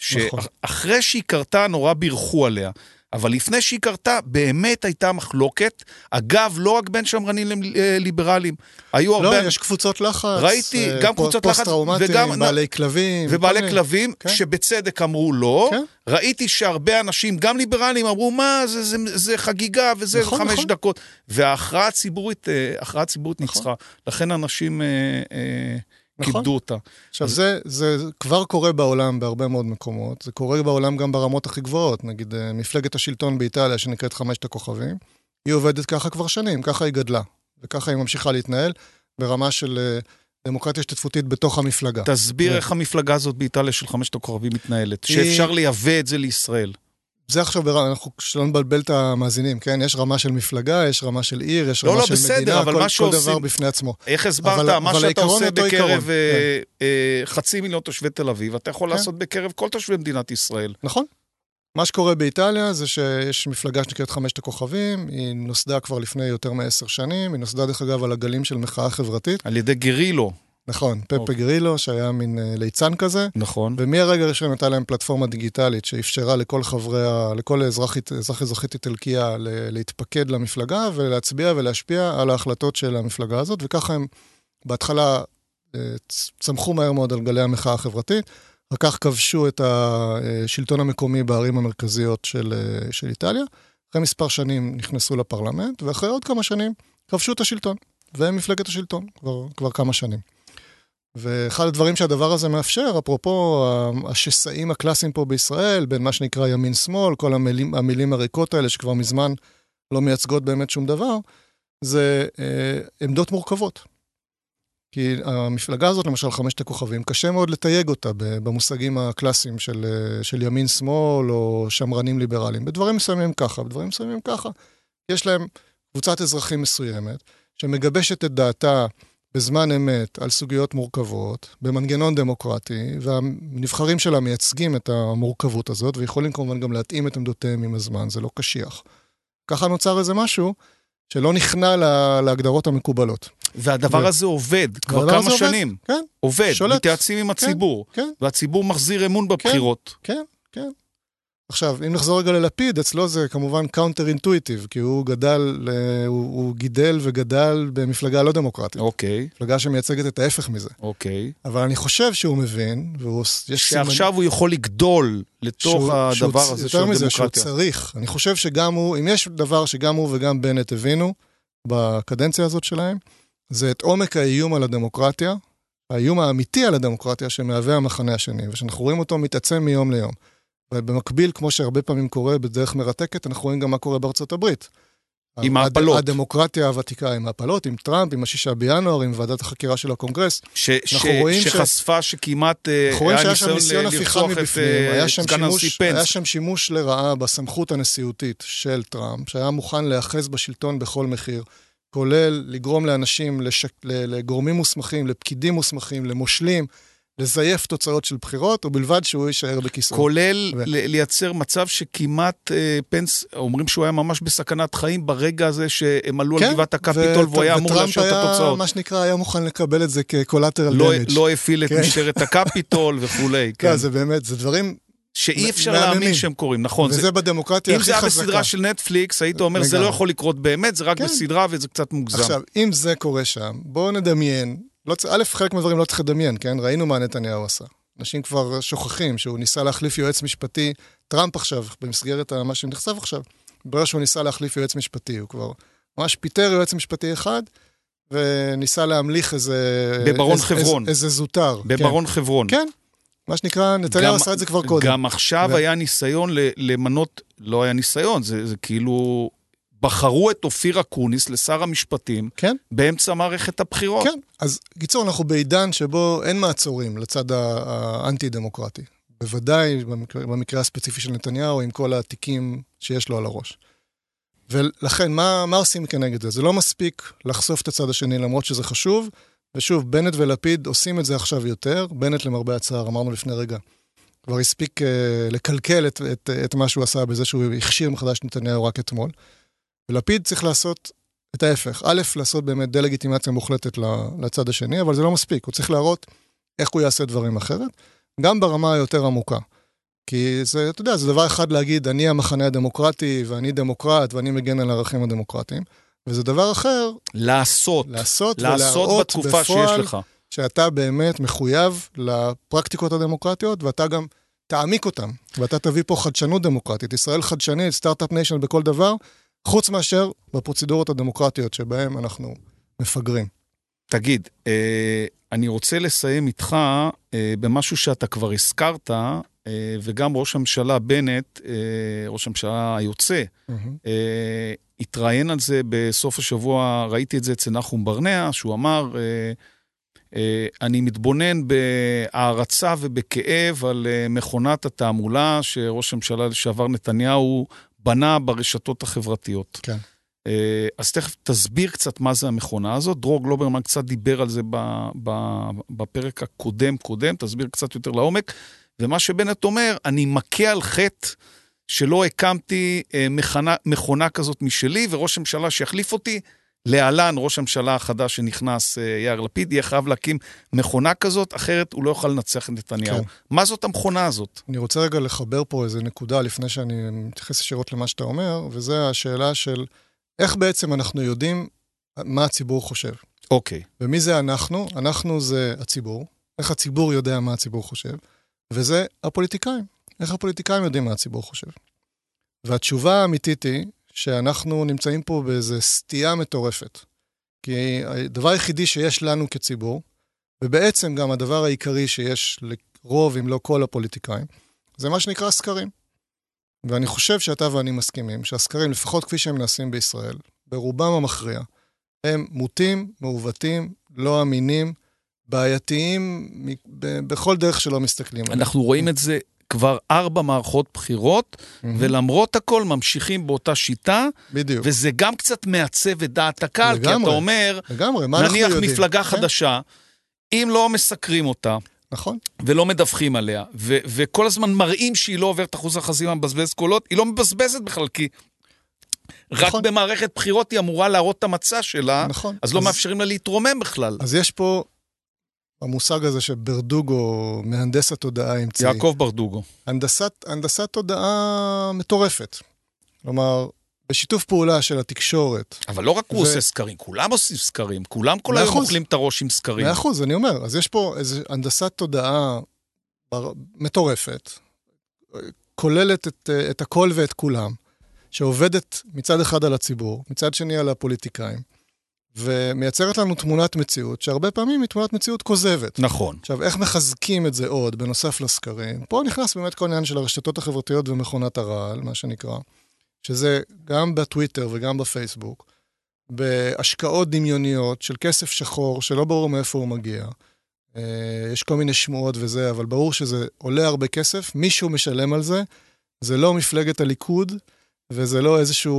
שאחרי שהיא קרתה, נורא בירכו עליה. אבל לפני שהיא קרתה, באמת הייתה מחלוקת, אגב, לא רק בין שמרנים לליברלים, היו הרבה... לא, יש קבוצות לחץ, ראיתי, גם קבוצות לחץ, פוסט-טראומטיים, בעלי כלבים. ובעלי כלבים, שבצדק אמרו לא, ראיתי שהרבה אנשים, גם ליברלים, אמרו, מה, זה חגיגה, וזה 5 דקות, וההכרעה הציבורית ניצחה. לכן אנשים כיבדו אותה. עכשיו, זה כבר קורה בעולם בהרבה מאוד מקומות, זה קורה בעולם גם ברמות הכי גבוהות, נגיד מפלגת השלטון באיטליה שנקראת 5 הכוכבים, היא עובדת ככה כבר שנים, ככה היא גדלה, וככה היא ממשיכה להתנהל ברמה של דמוקרטיה השתתפותית בתוך המפלגה. תסביר איך המפלגה הזאת באיטליה של 5 הכוכבים מתנהלת, שאפשר לייבא את זה לישראל. זה עכשיו, אנחנו שלא נבלבל את המאזינים, כן? יש רמה של מפלגה, יש רמה של עיר, יש רמה של מדינה, כל דבר בפני עצמו. איך הסברת? מה שאתה עושה בקרב 500,000 תושבי תל אביב, אתה יכול לעשות בקרב כל תושבי מדינת ישראל. נכון. מה שקורה באיטליה זה שיש מפלגה שנקראת 5 הכוכבים, היא נוסדה כבר לפני יותר מ10 שנים, היא נוסדה דרך אגב על הגלים של מחאה חברתית. על ידי גרילו. נכון, פפה גרילו, שהיה מין ליצן כזה. נכון. ומהרגע הראשון הייתה להם פלטפורמה דיגיטלית שאפשרה לכל אזרחית איטלקיה להתפקד למפלגה ולהצביע ולהשפיע על ההחלטות של המפלגה הזאת, וככה הם בהתחלה צמחו מהר מאוד על גלי המחאה החברתית, אחר כך כבשו את השלטון המקומי בערים המרכזיות של איטליה, אחרי מספר שנים נכנסו לפרלמנט, ואחרי עוד כמה שנים כבשו את השלטון, והם מפלגת השלטון כבר כמה שנים. ואחד הדברים שהדבר הזה מאפשר, אפרופו השסעים הקלאסיים פה בישראל, בין מה שנקרא ימין-שמאל, כל המילים הריקות האלה שכבר מזמן לא מייצגות באמת שום דבר, זה עמדות מורכבות. כי המפלגה הזאת, למשל 5 הכוכבים, קשה מאוד לתייג אותה במושגים הקלאסיים של ימין-שמאל או שמרנים ליברליים. בדברים מסוימים ככה, בדברים מסוימים ככה. יש להם קבוצת אזרחים מסוימת, שמגבשת את דעתה בזמן אמת על סוגיות מורכבות, במנגנון דמוקרטי, והנבחרים שלה מייצגים את המורכבות הזאת, ויכולים כמובן גם להתאים את עמדותיהם עם הזמן, זה לא קשיח. ככה נוצר איזה משהו שלא נכנע להגדרות המקובלות. והדבר הזה עובד כבר כמה שנים. כן. עובד, מתייעצים עם הציבור. כן. והציבור מחזיר אמון בבחירות. כן. עכשיו, אם נחזור רגע ללפיד, אצלו זה כמובן קאונטר-אינטואיטיב, כי הוא גידל וגדל במפלגה לא דמוקרטית. אוקיי. מפלגה שמייצגת את ההפך מזה. אוקיי. אבל אני חושב שהוא מבין, שעכשיו הוא יכול לגדול לתוך הדבר הזה של הדמוקרטיה. שהוא צריך. אני חושב שגם הוא, אם יש דבר שגם הוא וגם בנט הבינו, בקדנציה הזאת שלהם, זה את עומק האיום על הדמוקרטיה, האיום האמיתי על הדמוקרטיה שמהווה המחנה השני, ושאנחנו רואים אותו מתעצם מיום ליום. ובמקביל, כמו שהרבה פעמים קורה בדרך מרתקת, אנחנו רואים גם מה קורה בארצות הברית. עם ההפלות. הדמוקרטיה הוותיקה עם ההפלות, עם טראמפ, עם 6 בינואר, עם ועדת החקירה של הקונגרס. שחשפה שכמעט היה ניסיון לרצוח את סגן הנשיא פנס. היה שם שימוש לרעה בסמכות הנשיאותית של טראמפ, שהיה מוכן להיאחז בשלטון בכל מחיר, כולל לגרום לאנשים, לגורמים מוסמכים, לפקידים מוסמכים, למושלים, לזייף תוצאות של בחירות, ובלבד שהוא יישאר בכיסאו. כולל לייצר מצב שכמעט פנס, אומרים שהוא היה ממש בסכנת חיים, ברגע הזה שהם עלו על גבעת הקפיטול, והוא היה אמור לאשר את התוצאות. וטראמפ מה שנקרא, היה מוכן לקבל את זה כקולטרל דמג'. לא הפעיל את משטרת הקפיטול וכולי. זה באמת, זה דברים שאי אפשר להאמין שהם קוראים, נכון. וזה בדמוקרטיה הכי חזקה. אם זה היה בסדרה של נטפליקס, היית אומר, זה לא יכול לקרות באמת, זה רק בסדרה וזה קצת מוגזם. עכשיו, אם זה קורה שם, בואו נדמיין, חלק מהדברים לא צריך לדמיין, כן? ראינו מה נתניהו עשה. אנשים כבר שוכחים שהוא ניסה להחליף יועץ משפטי, טראמפ עכשיו, במסגרת מה שנחשף עכשיו, ברגע שהוא ניסה להחליף יועץ משפטי, הוא כבר ממש פיטר יועץ משפטי אחד, וניסה להמליך איזה זוטר. בברון חברון. כן. מה שנקרא, נתניהו עשה את זה כבר קודם. גם עכשיו היה ניסיון למנות, לא היה ניסיון, זה כאילו בחרו את אופיר אקוניס לשר המשפטים, כן? באמצע מערכת הבחירות. כן, אז קיצור, אנחנו בעידן שבו אין מעצורים לצד האנטי-דמוקרטי. בוודאי במקרה הספציפי של נתניהו, עם כל התיקים שיש לו על הראש. ולכן, מה עושים כנגד זה? זה לא מספיק לחשוף את הצד השני, למרות שזה חשוב, ושוב, בנט ולפיד עושים את זה עכשיו יותר, בנט למרבה הצער, אמרנו לפני רגע, כבר הספיק לקלקל את מה שהוא עשה בזה שהוא הכשיר מחדש נתניהו רק אתמול, ולפיד צריך לעשות את ההפך. א', לעשות באמת דה-לגיטימציה מוחלטת לצד השני, אבל זה לא מספיק. הוא צריך להראות איך הוא יעשה דברים אחרת, גם ברמה היותר עמוקה. כי זה, אתה יודע, זה דבר אחד להגיד, אני המחנה הדמוקרטי, ואני דמוקרט, ואני מגן על הערכים הדמוקרטיים, וזה דבר אחר. לעשות ולהראות בתקופה בפועל, שיש לך. שאתה באמת מחויב לפרקטיקות הדמוקרטיות, ואתה גם תעמיק אותם, ואתה תביא פה חדשנות דמוקרטית. ישראל חדשנית, סטארט-אפ ניישן בכל דבר, חוץ מאשר בפרוצדורות הדמוקרטיות שבהן אנחנו מפגרים. תגיד, אני רוצה לסיים איתך במשהו שאתה כבר הזכרת, וגם ראש הממשלה בנט, ראש הממשלה היוצא, התראיין על זה בסוף השבוע, ראיתי את זה אצל נחום ברנע, שהוא אמר, אני מתבונן בהערצה ובכאב על מכונת התעמולה שראש הממשלה לשעבר נתניהו בנה ברשתות החברתיות. כן. אז תכף תסביר קצת מה זה המכונה הזאת. דרור גלוברמן קצת דיבר על זה בפרק הקודם, תסביר קצת יותר לעומק. ומה שבנט אומר, אני מכה על חטא שלא הקמתי מכונה כזאת משלי, וראש הממשלה שיחליף אותי, להלן ראש הממשלה החדש שנכנס, יאיר לפיד, יהיה חייב להקים מכונה כזאת, אחרת הוא לא יוכל לנצח את נתניהו. כן. מה זאת המכונה הזאת? אני רוצה רגע לחבר פה איזו נקודה לפני שאני מתייחס ישירות למה שאתה אומר, וזה השאלה של איך בעצם אנחנו יודעים מה הציבור חושב. אוקיי. ומי זה אנחנו? אנחנו זה הציבור. איך הציבור יודע מה הציבור חושב? וזה הפוליטיקאים. איך הפוליטיקאים יודעים מה הציבור חושב? והתשובה האמיתית היא שאנחנו נמצאים פה באיזו סטייה מטורפת. כי הדבר היחידי שיש לנו כציבור, ובעצם גם הדבר העיקרי שיש לרוב, אם לא כל הפוליטיקאים, זה מה שנקרא סקרים. ואני חושב שאתה ואני מסכימים שהסקרים, לפחות כפי שהם נעשים בישראל, ברובם המכריע, הם מוטים, מעוותים, לא אמינים, בעייתיים, בכל דרך שלא מסתכלים. אנחנו רואים את זה כבר 4 מערכות בחירות, ולמרות הכל ממשיכים באותה שיטה, בדיוק. וזה גם קצת מעצב את דעת הקהל, כי אתה אומר, נניח מפלגה חדשה, אם לא מסקרים אותה, נכון. ולא מדווחים עליה, וכל הזמן מראים שהיא לא עוברת אחוז החסימה, מבזבזת קולות, היא לא מבזבזת בכלל, כי רק במערכת בחירות היא אמורה להראות את המצע שלה, אז לא מאפשרים לה להתרומם בכלל. אז יש פה המושג הזה שברדוגו, מהנדס התודעה המציא. יעקב ברדוגו. הנדסת תודעה מטורפת. כלומר, בשיתוף פעולה של התקשורת. אבל לא רק הוא עושה סקרים, כולם עושים סקרים, כולם כל היום אוכלים את הראש עם סקרים. 100%, אני אומר. אז יש פה איזו הנדסת תודעה מטורפת, כוללת את הכל ואת כולם, שעובדת מצד אחד על הציבור, מצד שני על הפוליטיקאים, ומייצרת לנו תמונת מציאות, שהרבה פעמים היא תמונת מציאות כוזבת. נכון. עכשיו, איך מחזקים את זה עוד, בנוסף לסקרים? פה נכנס באמת כל עניין של הרשתות החברתיות ומכונת הרעל, מה שנקרא, שזה גם בטוויטר וגם בפייסבוק, בהשקעות דמיוניות של כסף שחור, שלא ברור מאיפה הוא מגיע. יש כל מיני שמועות וזה, אבל ברור שזה עולה הרבה כסף, מישהו משלם על זה, זה לא מפלגת הליכוד, וזה לא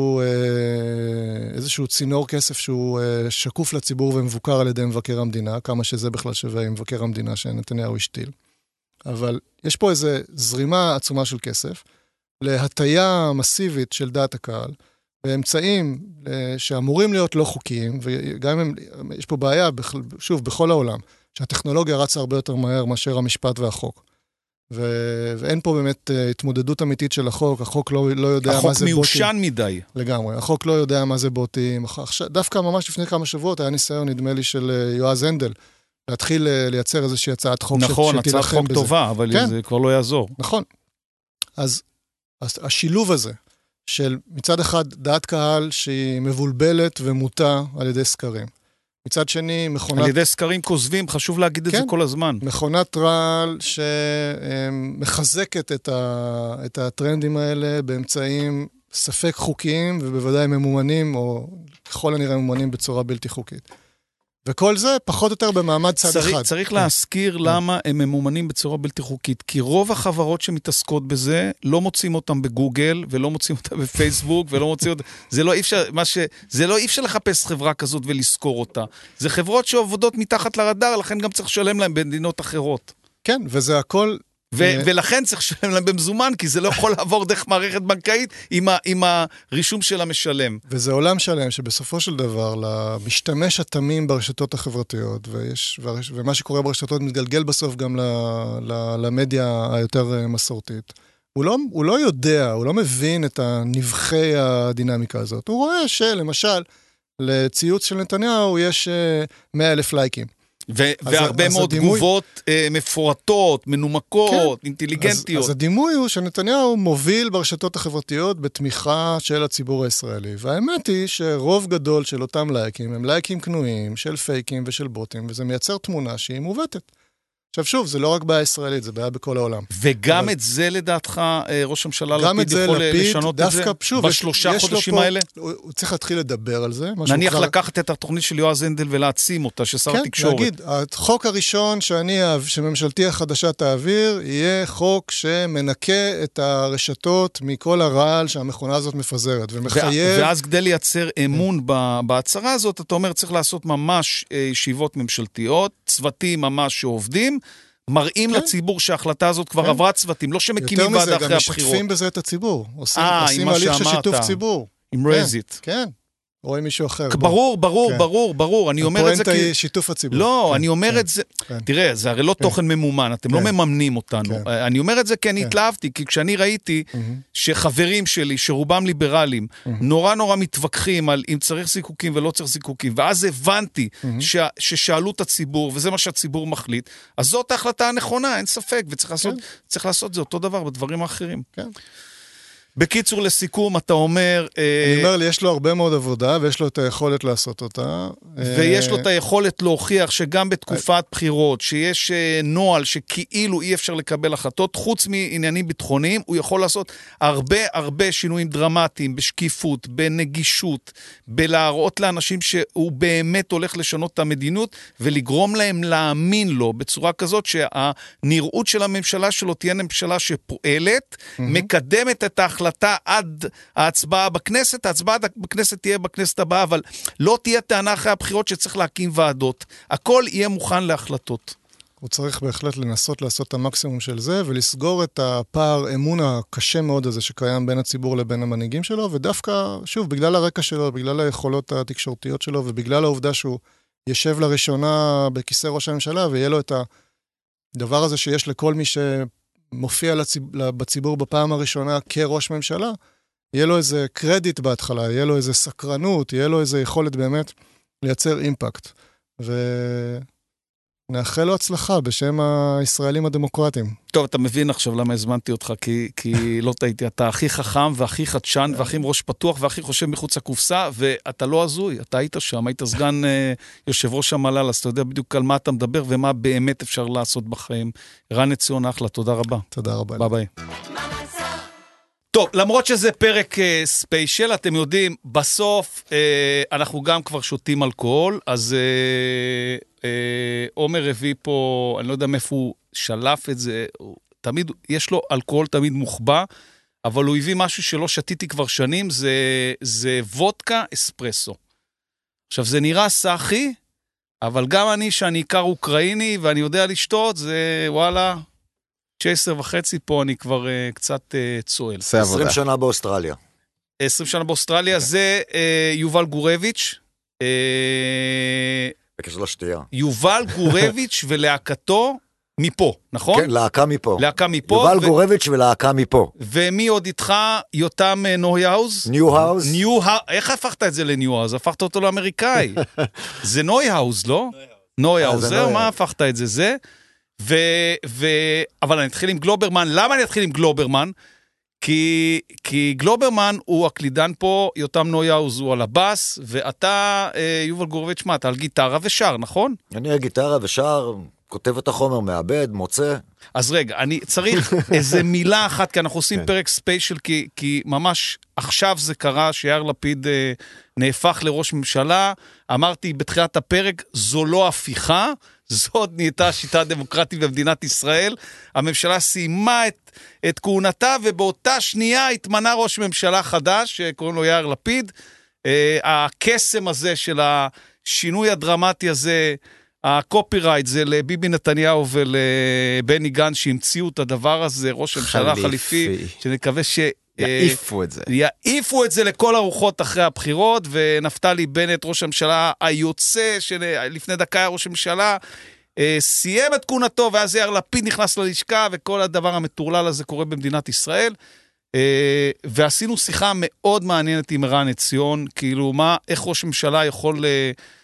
איזשהו צינור כסף שהוא שקוף לציבור ומבוקר על ידי מבקר המדינה, כמה שזה בכלל שווה עם מבקר המדינה שנתניהו השתיל. אבל יש פה איזו זרימה עצומה של כסף, להטיה מסיבית של דעת הקהל, באמצעים שאמורים להיות לא חוקיים, וגם אם יש פה בעיה, שוב, בכל העולם, שהטכנולוגיה רצה הרבה יותר מהר מאשר המשפט והחוק. ואין פה באמת התמודדות אמיתית של החוק, החוק לא יודע מה זה בוטים. החוק מיושן מדי. לגמרי, החוק לא יודע מה זה בוטים. דווקא ממש לפני כמה שבועות היה ניסיון, נדמה לי, של יועז הנדל, להתחיל לייצר איזושהי הצעת חוק שתילחם בזה. נכון, הצעת חוק טובה, אבל זה כבר לא יעזור. נכון. אז השילוב הזה, של מצד אחד דעת קהל שהיא מבולבלת ומוטה על ידי סקרים. מצד שני, מכונת... על ידי סקרים כוזבים, חשוב להגיד את זה כל הזמן. מכונת רעל שמחזקת את הטרנדים האלה באמצעים ספק חוקיים, ובוודאי ממומנים, או ככל הנראה ממומנים בצורה בלתי חוקית. וכל זה פחות או יותר במעמד צד אחד. צריך להזכיר למה הם ממומנים בצורה בלתי חוקית, כי רוב החברות שמתעסקות בזה, לא מוצאים אותם בגוגל, ולא מוצאים אותם בפייסבוק, ולא מוצאים אותם... זה לא אי אפשר לחפש חברה כזאת ולזכור אותה. זה חברות שעובדות מתחת לרדאר, לכן גם צריך לשלם להם במדינות אחרות. כן, וזה הכל... ולכן צריך לשלם להם במזומן, כי זה לא יכול לעבור דרך מערכת בנקאית עם הרישום של המשלם. וזה עולם שלם שבסופו של דבר, למשתמש התמים ברשתות החברתיות, ומה שקורה ברשתות מתגלגל בסוף גם למדיה היותר מסורתית. הוא לא יודע, הוא לא מבין את הנבחי הדינמיקה הזאת. הוא רואה שלמשל, לציוץ של נתניהו יש 100,000 לייקים. והרבה מאוד תגובות מפורטות, מנומקות, אינטליגנטיות. אז הדימוי הוא שנתניהו מוביל ברשתות החברתיות בתמיכה של הציבור הישראלי. והאמת היא שרוב גדול של אותם לייקים הם לייקים קנויים של פייקים ושל בוטים, וזה מייצר תמונה שהיא מעוותת. עכשיו שוב, זה לא רק בעיה ישראלית, זה בעיה בכל העולם. וגם את זה לדעתך ראש הממשלה לפיד יכול לשנות את זה בשלושה חודשים האלה? הוא צריך להתחיל לדבר על זה. נניח לקחת את התוכנית של יועז הנדל ולהעצים אותה, ששר התקשורת. כן, להגיד, החוק הראשון שממשלתי החדשה תעביר, יהיה חוק שמנקה את הרשתות מכל הרעל שהמכונה הזאת מפזרת, ומחייב... ואז כדי לייצר אמון בהצהרה הזאת, אתה אומר, צריך לעשות ממש ישיבות ממשלתיות, צוותים ממש שעובדים, מראים לציבור שההחלטה הזאת כבר עברה צוותים, לא שמקימים ועד אחרי הבחירות. יותר מזה, גם משתפים בזה את הציבור. עושים הליך של שיתוף ציבור. עם רזית. כן. או עם מישהו אחר. ברור. אני אומר את זה כי... הפואנטה היא שיתוף הציבור. לא, אני אומר את זה... תראה, זה הרי לא תוכן ממומן, אתם לא מממנים אותנו. אני אומר את זה כי אני התלהבתי, כי כשאני ראיתי שחברים שלי, שרובם ליברלים, נורא מתווכחים על אם צריך זיקוקים ולא צריך זיקוקים, ואז הבנתי ששאלו את הציבור, וזה מה שהציבור מחליט, אז זאת ההחלטה הנכונה, אין ספק, וצריך לעשות זה אותו דבר בדברים האחרים. כן. בקיצור, לסיכום, אתה אומר... אני אומר לי, יש לו הרבה מאוד עבודה, ויש לו את היכולת לעשות אותה. ויש לו את היכולת להוכיח שגם בתקופת בחירות, שיש נועל שכאילו אי אפשר לקבל החלטות, חוץ מעניינים ביטחוניים, הוא יכול לעשות הרבה שינויים דרמטיים, בשקיפות, בנגישות, בלהראות לאנשים שהוא באמת הולך לשנות את המדינות, ולגרום להם להאמין לו בצורה כזאת, שהנראות של הממשלה שלו תהיה ממשלה שפועלת, מקדמת את ההחלטה עד ההצבעה בכנסת, ההצבעה בכנסת תהיה בכנסת הבאה, אבל לא תהיה טענה אחרי הבחירות שצריך להקים ועדות. הכל יהיה מוכן להחלטות. הוא צריך בהחלט לנסות לעשות את המקסימום של זה, ולסגור את הפער אמון הקשה מאוד הזה שקיים בין הציבור לבין המנהיגים שלו, ודווקא, שוב, בגלל הרקע שלו, בגלל היכולות התקשורתיות שלו, ובגלל העובדה שהוא ישב לראשונה בכיסא ראש הממשלה, ויהיה לו את הדבר הזה שיש לכל מי מופיע בציבור בפעם הראשונה כראש ממשלה, יהיה לו איזה קרדיט בהתחלה, יהיה לו איזה סקרנות, יהיה לו איזה יכולת באמת לייצר אימפקט. ונאחל לו הצלחה בשם הישראלים הדמוקרטיים. טוב, אתה מבין עכשיו למה הזמנתי אותך, כי לא טעיתי, אתה הכי חכם והכי חדשן והכי ראש פתוח והכי חושב מחוץ לקופסה, ואתה לא הזוי, אתה היית שם, היית סגן יושב ראש המל"ל, אז אתה יודע בדיוק על מה אתה מדבר ומה באמת אפשר לעשות בחיים. רן עציון, אחלה, תודה רבה. תודה רבה. ביי. טוב, למרות שזה פרק ספיישל, אתם יודעים, בסוף אנחנו גם כבר שותים אלכוהול, אז עומר הביא פה, אני לא יודע מאיפה הוא שלף את זה, תמיד, יש לו אלכוהול תמיד מוחבא, אבל הוא הביא משהו שלא שתיתי כבר שנים, זה וודקה אספרסו. עכשיו, זה נראה סחי, אבל גם אני, שאני עיקר אוקראיני, ואני יודע לשתות, זה וואלה... 16.5 פה אני כבר קצת צועל. 20 שנה באוסטרליה. 20 שנה באוסטרליה, זה יובל גורביץ'. בקשר לשתייה. יובל גורביץ' ולהקתו מפה, נכון? כן, להקה מפה. להקה מפה. יובל גורביץ' ולהקה מפה. ומי עוד איתך? יותם נויהאוז? ניוהאוז. איך הפכת את זה לניוהאוז? הפכת אותו לאמריקאי. זה נויהאוז, לא? נויהאוז, זהו, מה הפכת את זה? זה? אבל אני אתחיל עם גלוברמן. למה אני אתחיל עם גלוברמן? כי גלוברמן הוא הקלידן פה, יותם נויהאוז הוא על הבאס, ואתה, יובל גורביץ', מה, אתה על גיטרה ושר, נכון? אני על גיטרה ושר, כותב את החומר, מעבד, מוצא. אז רגע, אני צריך איזה מילה אחת, כי אנחנו עושים פרק ספיישל, כי ממש עכשיו זה קרה שיאיר לפיד נהפך לראש ממשלה, אמרתי בתחילת הפרק, זו לא הפיכה, זאת נהייתה השיטה הדמוקרטית במדינת ישראל, הממשלה סיימה את כהונתה, ובאותה שנייה התמנה ראש ממשלה חדש, שקוראים לו יאיר לפיד, הקסם הזה של השינוי הדרמטי הזה, הקופירייט זה לביבי נתניהו ולבני גנץ שהמציאו את הדבר הזה, ראש הממשלה חליפי, שנקווה יעיפו את זה לכל הרוחות אחרי הבחירות, ונפתלי בנט, ראש הממשלה היוצא, שלפני דקה היה ראש הממשלה, סיים את כהונתו, ואז יאיר לפיד נכנס ללשכה, וכל הדבר המטורלל הזה קורה במדינת ישראל, ועשינו שיחה מאוד מעניינת עם רן עציון, כאילו איך ראש הממשלה יכול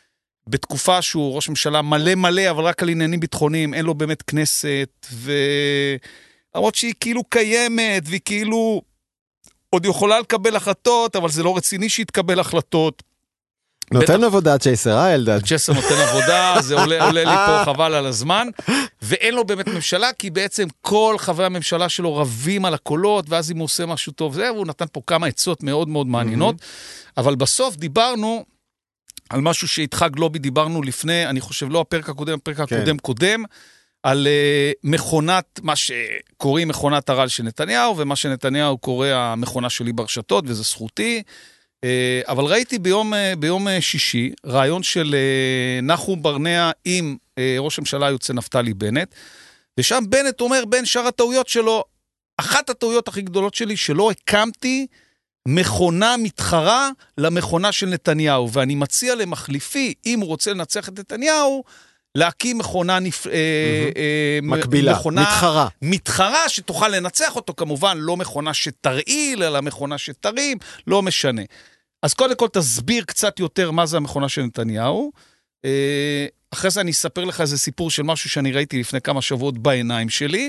בתקופה שהוא ראש ממשלה מלא מלא, אבל רק על עניינים ביטחוניים, אין לו באמת כנסת, למרות שהיא כאילו קיימת, והיא כאילו עוד יכולה לקבל החלטות, אבל זה לא רציני שהיא תקבל החלטות. נותן עבודה צ'ייסר, אלדד. צ'ייסר נותן עבודה, זה עולה לי פה חבל על הזמן, ואין לו באמת ממשלה, כי בעצם כל חברי הממשלה שלו רבים על הקולות, ואז אם הוא עושה משהו טוב, והוא נתן פה כמה עצות מאוד מאוד מעניינות, אבל בסוף דיברנו על משהו שאיתך גלובי דיברנו לפני, אני חושב לא הפרק הקודם, הפרק הקודם קודם, על מכונת, מה שקוראים מכונת הרעל של נתניהו, ומה שנתניהו קורא המכונה שלי ברשתות, וזה זכותי, אבל ראיתי ביום שישי, רעיון של נחום ברנע עם ראש הממשלה יוצא נפתלי בנט, ושם בנט אומר בין שאר הטעויות שלו, אחת הטעויות הכי גדולות שלי, שלא הקמתי מכונה מתחרה למכונה של נתניהו, ואני מציע למחליפי, אם הוא רוצה לנצח את נתניהו, להקים מכונה מקבילה, מתחרה שתוכל לנצח אותו, כמובן לא מכונה שתרעיל, אלא מכונה שתרים, לא משנה. אז קודם כל תסביר קצת יותר מה זה המכונה של נתניהו, אחרי זה אני אספר לך איזה סיפור של משהו שאני ראיתי לפני כמה שבועות בעיניים שלי,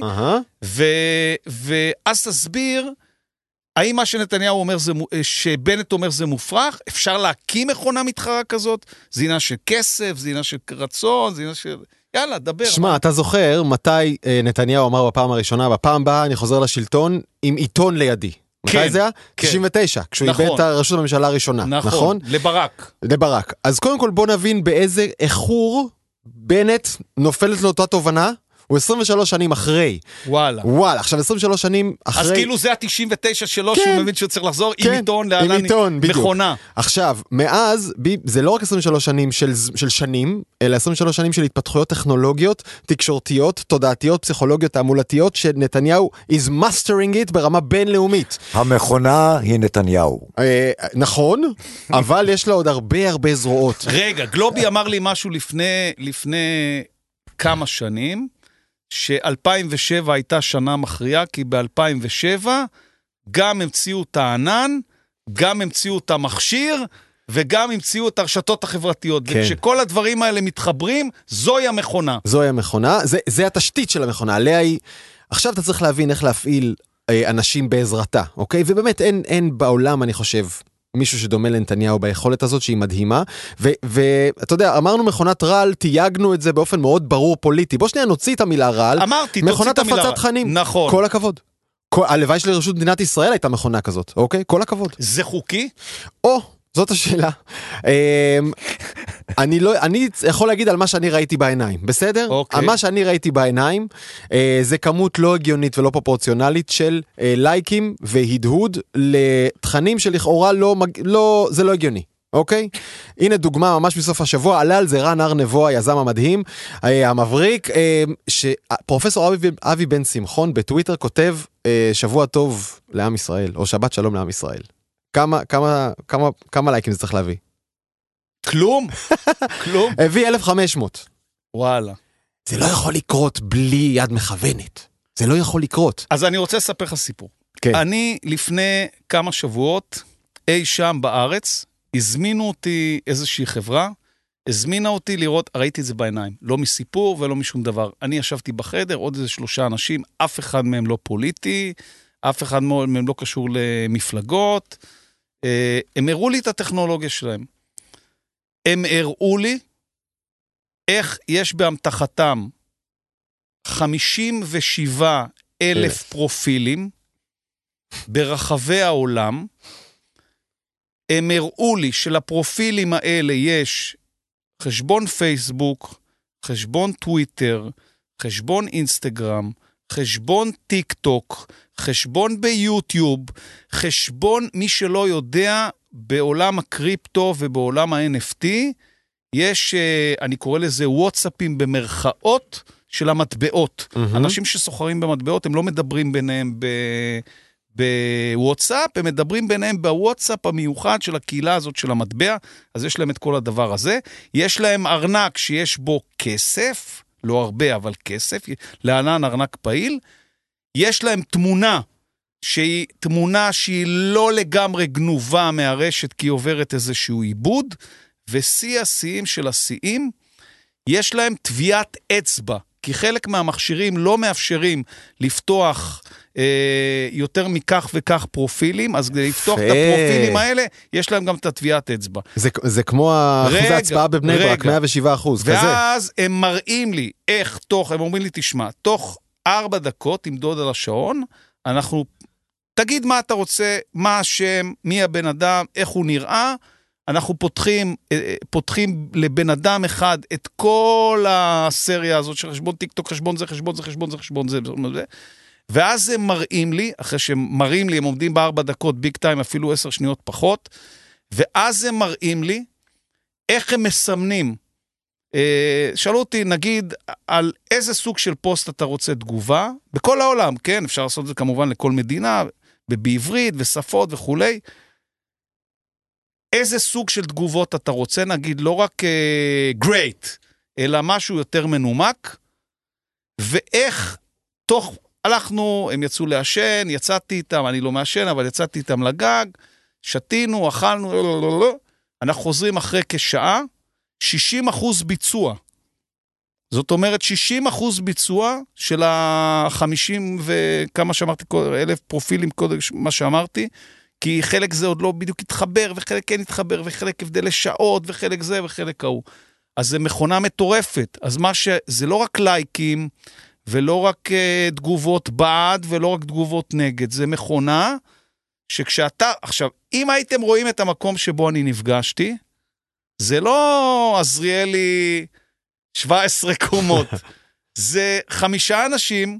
ואז תסביר, האם מה שנתניהו אומר, שבנט אומר זה מופרך, אפשר להקים מכונה מתחרה כזאת, זה עניין של כסף, זה עניין של רצון, זה עניין של... יאללה, דבר. שמע, אתה זוכר מתי נתניהו אמר בפעם הראשונה, בפעם הבאה אני חוזר לשלטון עם עיתון לידי. מתי זה היה? 99, כשהוא איבד את ראשות הממשלה הראשונה. נכון? לברק. אז קודם כל בוא נבין באיזה איחור בנט נופלת לאותה תובנה, הוא 23 שנים אחרי. וואלה. עכשיו 23 שנים אחרי... אז כאילו זה ה-99 שלו, שהוא מבין שהוא צריך לחזור עם עיתון, להלן מכונה. עכשיו, מאז, זה לא רק 23 שנים של שנים, אלא 23 שנים של התפתחויות טכנולוגיות, תקשורתיות, תודעתיות, פסיכולוגיות, תעמולתיות, שנתניהו is mastering it ברמה בינלאומית. המכונה היא נתניהו. נכון, אבל יש לה עוד הרבה זרועות. רגע, גלובי אמר לי משהו לפני כמה שנים, ש-2007 הייתה שנה מכריעה, כי ב-2007 גם המציאו את הענן, גם המציאו את המכשיר, וגם המציאו את הרשתות החברתיות. כן. וכשכל הדברים האלה מתחברים, זוהי המכונה. זוהי המכונה, זה התשתית של המכונה, עליה היא... עכשיו אתה צריך להבין איך להפעיל אנשים בעזרתה, אוקיי? ובאמת אין בעולם, אני חושב... מישהו שדומה לנתניהו ביכולת הזאת שהיא מדהימה, ואתה יודע, אמרנו מכונת רעל, תייגנו את זה באופן מאוד ברור פוליטי, בוא שנייה נוציא את המילה רעל, מכונת הפצת תכנים, נכון. כל הכבוד. הלוואי של רשות מדינת ישראל הייתה מכונה כזאת, אוקיי? כל הכבוד. זה חוקי? זאת השאלה. אני יכול להגיד על מה שאני ראיתי בעיניים, בסדר? אוקיי. על מה שאני ראיתי בעיניים, זה כמות לא הגיונית ולא פרופורציונלית של לייקים והדהוד לתכנים שלכאורה זה לא הגיוני. אוקיי? הנה דוגמה ממש בסוף השבוע, עלה על זה רן ארנבו, היזם המדהים, המבריק, שפרופסור אבי בן שמחון בטוויטר כותב שבוע טוב לעם ישראל, או שבת שלום לעם ישראל. כמה לייקים זה צריך להביא? כלום? הביא 1,500. וואלה. זה לא יכול לקרות בלי יד מכוונת. זה לא יכול לקרות. אז אני רוצה לספר לך סיפור. כן. אני לפני כמה שבועות, אי שם בארץ, הזמינו אותי איזושהי חברה, הזמינה אותי לראות, ראיתי את זה בעיניים, לא מסיפור ולא משום דבר. אני ישבתי בחדר, עוד איזה 3 אנשים, אף אחד מהם לא פוליטי, אף אחד מהם לא קשור למפלגות, הם הראו לי את הטכנולוגיה שלהם. הם הראו לי איך יש באמתחתם 57,000 פרופילים ברחבי העולם. הם הראו לי שלפרופילים האלה יש חשבון פייסבוק, חשבון טוויטר, חשבון אינסטגרם, חשבון טיק טוק, חשבון ביוטיוב, חשבון מי שלא יודע בעולם הקריפטו ובעולם ה-NFT, יש, אני קורא לזה וואטסאפים במרכאות של המטבעות. אנשים שסוחרים במטבעות, הם לא מדברים ביניהם בוואטסאפ, הם מדברים ביניהם בוואטסאפ המיוחד של הקהילה הזאת של המטבע, אז יש להם את כל הדבר הזה. יש להם ארנק שיש בו כסף, לא הרבה אבל כסף, להלן ארנק פעיל. יש להם תמונה שהיא לא לגמרי גנובה מהרשת, כי היא עוברת איזשהו עיבוד, ושיא השיאים של השיאים, יש להם טביעת אצבע, כי חלק מהמכשירים לא מאפשרים לפתוח יותר מכך וכך פרופילים, אז כדי לפתוח את הפרופילים האלה, יש להם גם את הטביעת אצבע. זה כמו אחוז ההצבעה בבני ברק, 107%. ואז הם מראים לי איך הם אומרים לי, תשמע, תוך 4 דקות, עם דוד על השעון, תגיד מה אתה רוצה, מה השם, מי הבן אדם, איך הוא נראה, אנחנו פותחים לבן אדם אחד את כל הסריה הזאת של חשבון טיקטוק, חשבון זה, חשבון זה, חשבון זה, חשבון זה, ואז הם מראים לי, אחרי שהם מראים לי, הם עומדים ב4 דקות, ביג טיים, אפילו 10 שניות פחות, ואז הם מראים לי איך הם מסמנים. שאלו אותי, נגיד, על איזה סוג של פוסט אתה רוצה תגובה, בכל העולם, כן, אפשר לעשות את זה כמובן לכל מדינה, בעברית ושפות וכולי, איזה סוג של תגובות אתה רוצה, נגיד, לא רק great, אלא משהו יותר מנומק, ואיך הם יצאו לעשן, יצאתי איתם, אני לא מעשן, אבל יצאתי איתם לגג, שתינו, אכלנו, אנחנו חוזרים אחרי כשעה, 60% ביצוע. זאת אומרת, 60% ביצוע של 50 וכמה שאמרתי, 1,000 פרופילים, מה שאמרתי, כי חלק זה עוד לא בדיוק התחבר, וחלק כן התחבר, וחלק הבדל לשעות, וחלק זה וחלק ההוא. אז זה מכונה מטורפת. אז זה לא רק לייקים, ולא רק תגובות בעד, ולא רק תגובות נגד. זה מכונה עכשיו, אם הייתם רואים את המקום שבו אני נפגשתי, זה לא עזריאלי 17 קומות. זה 5 אנשים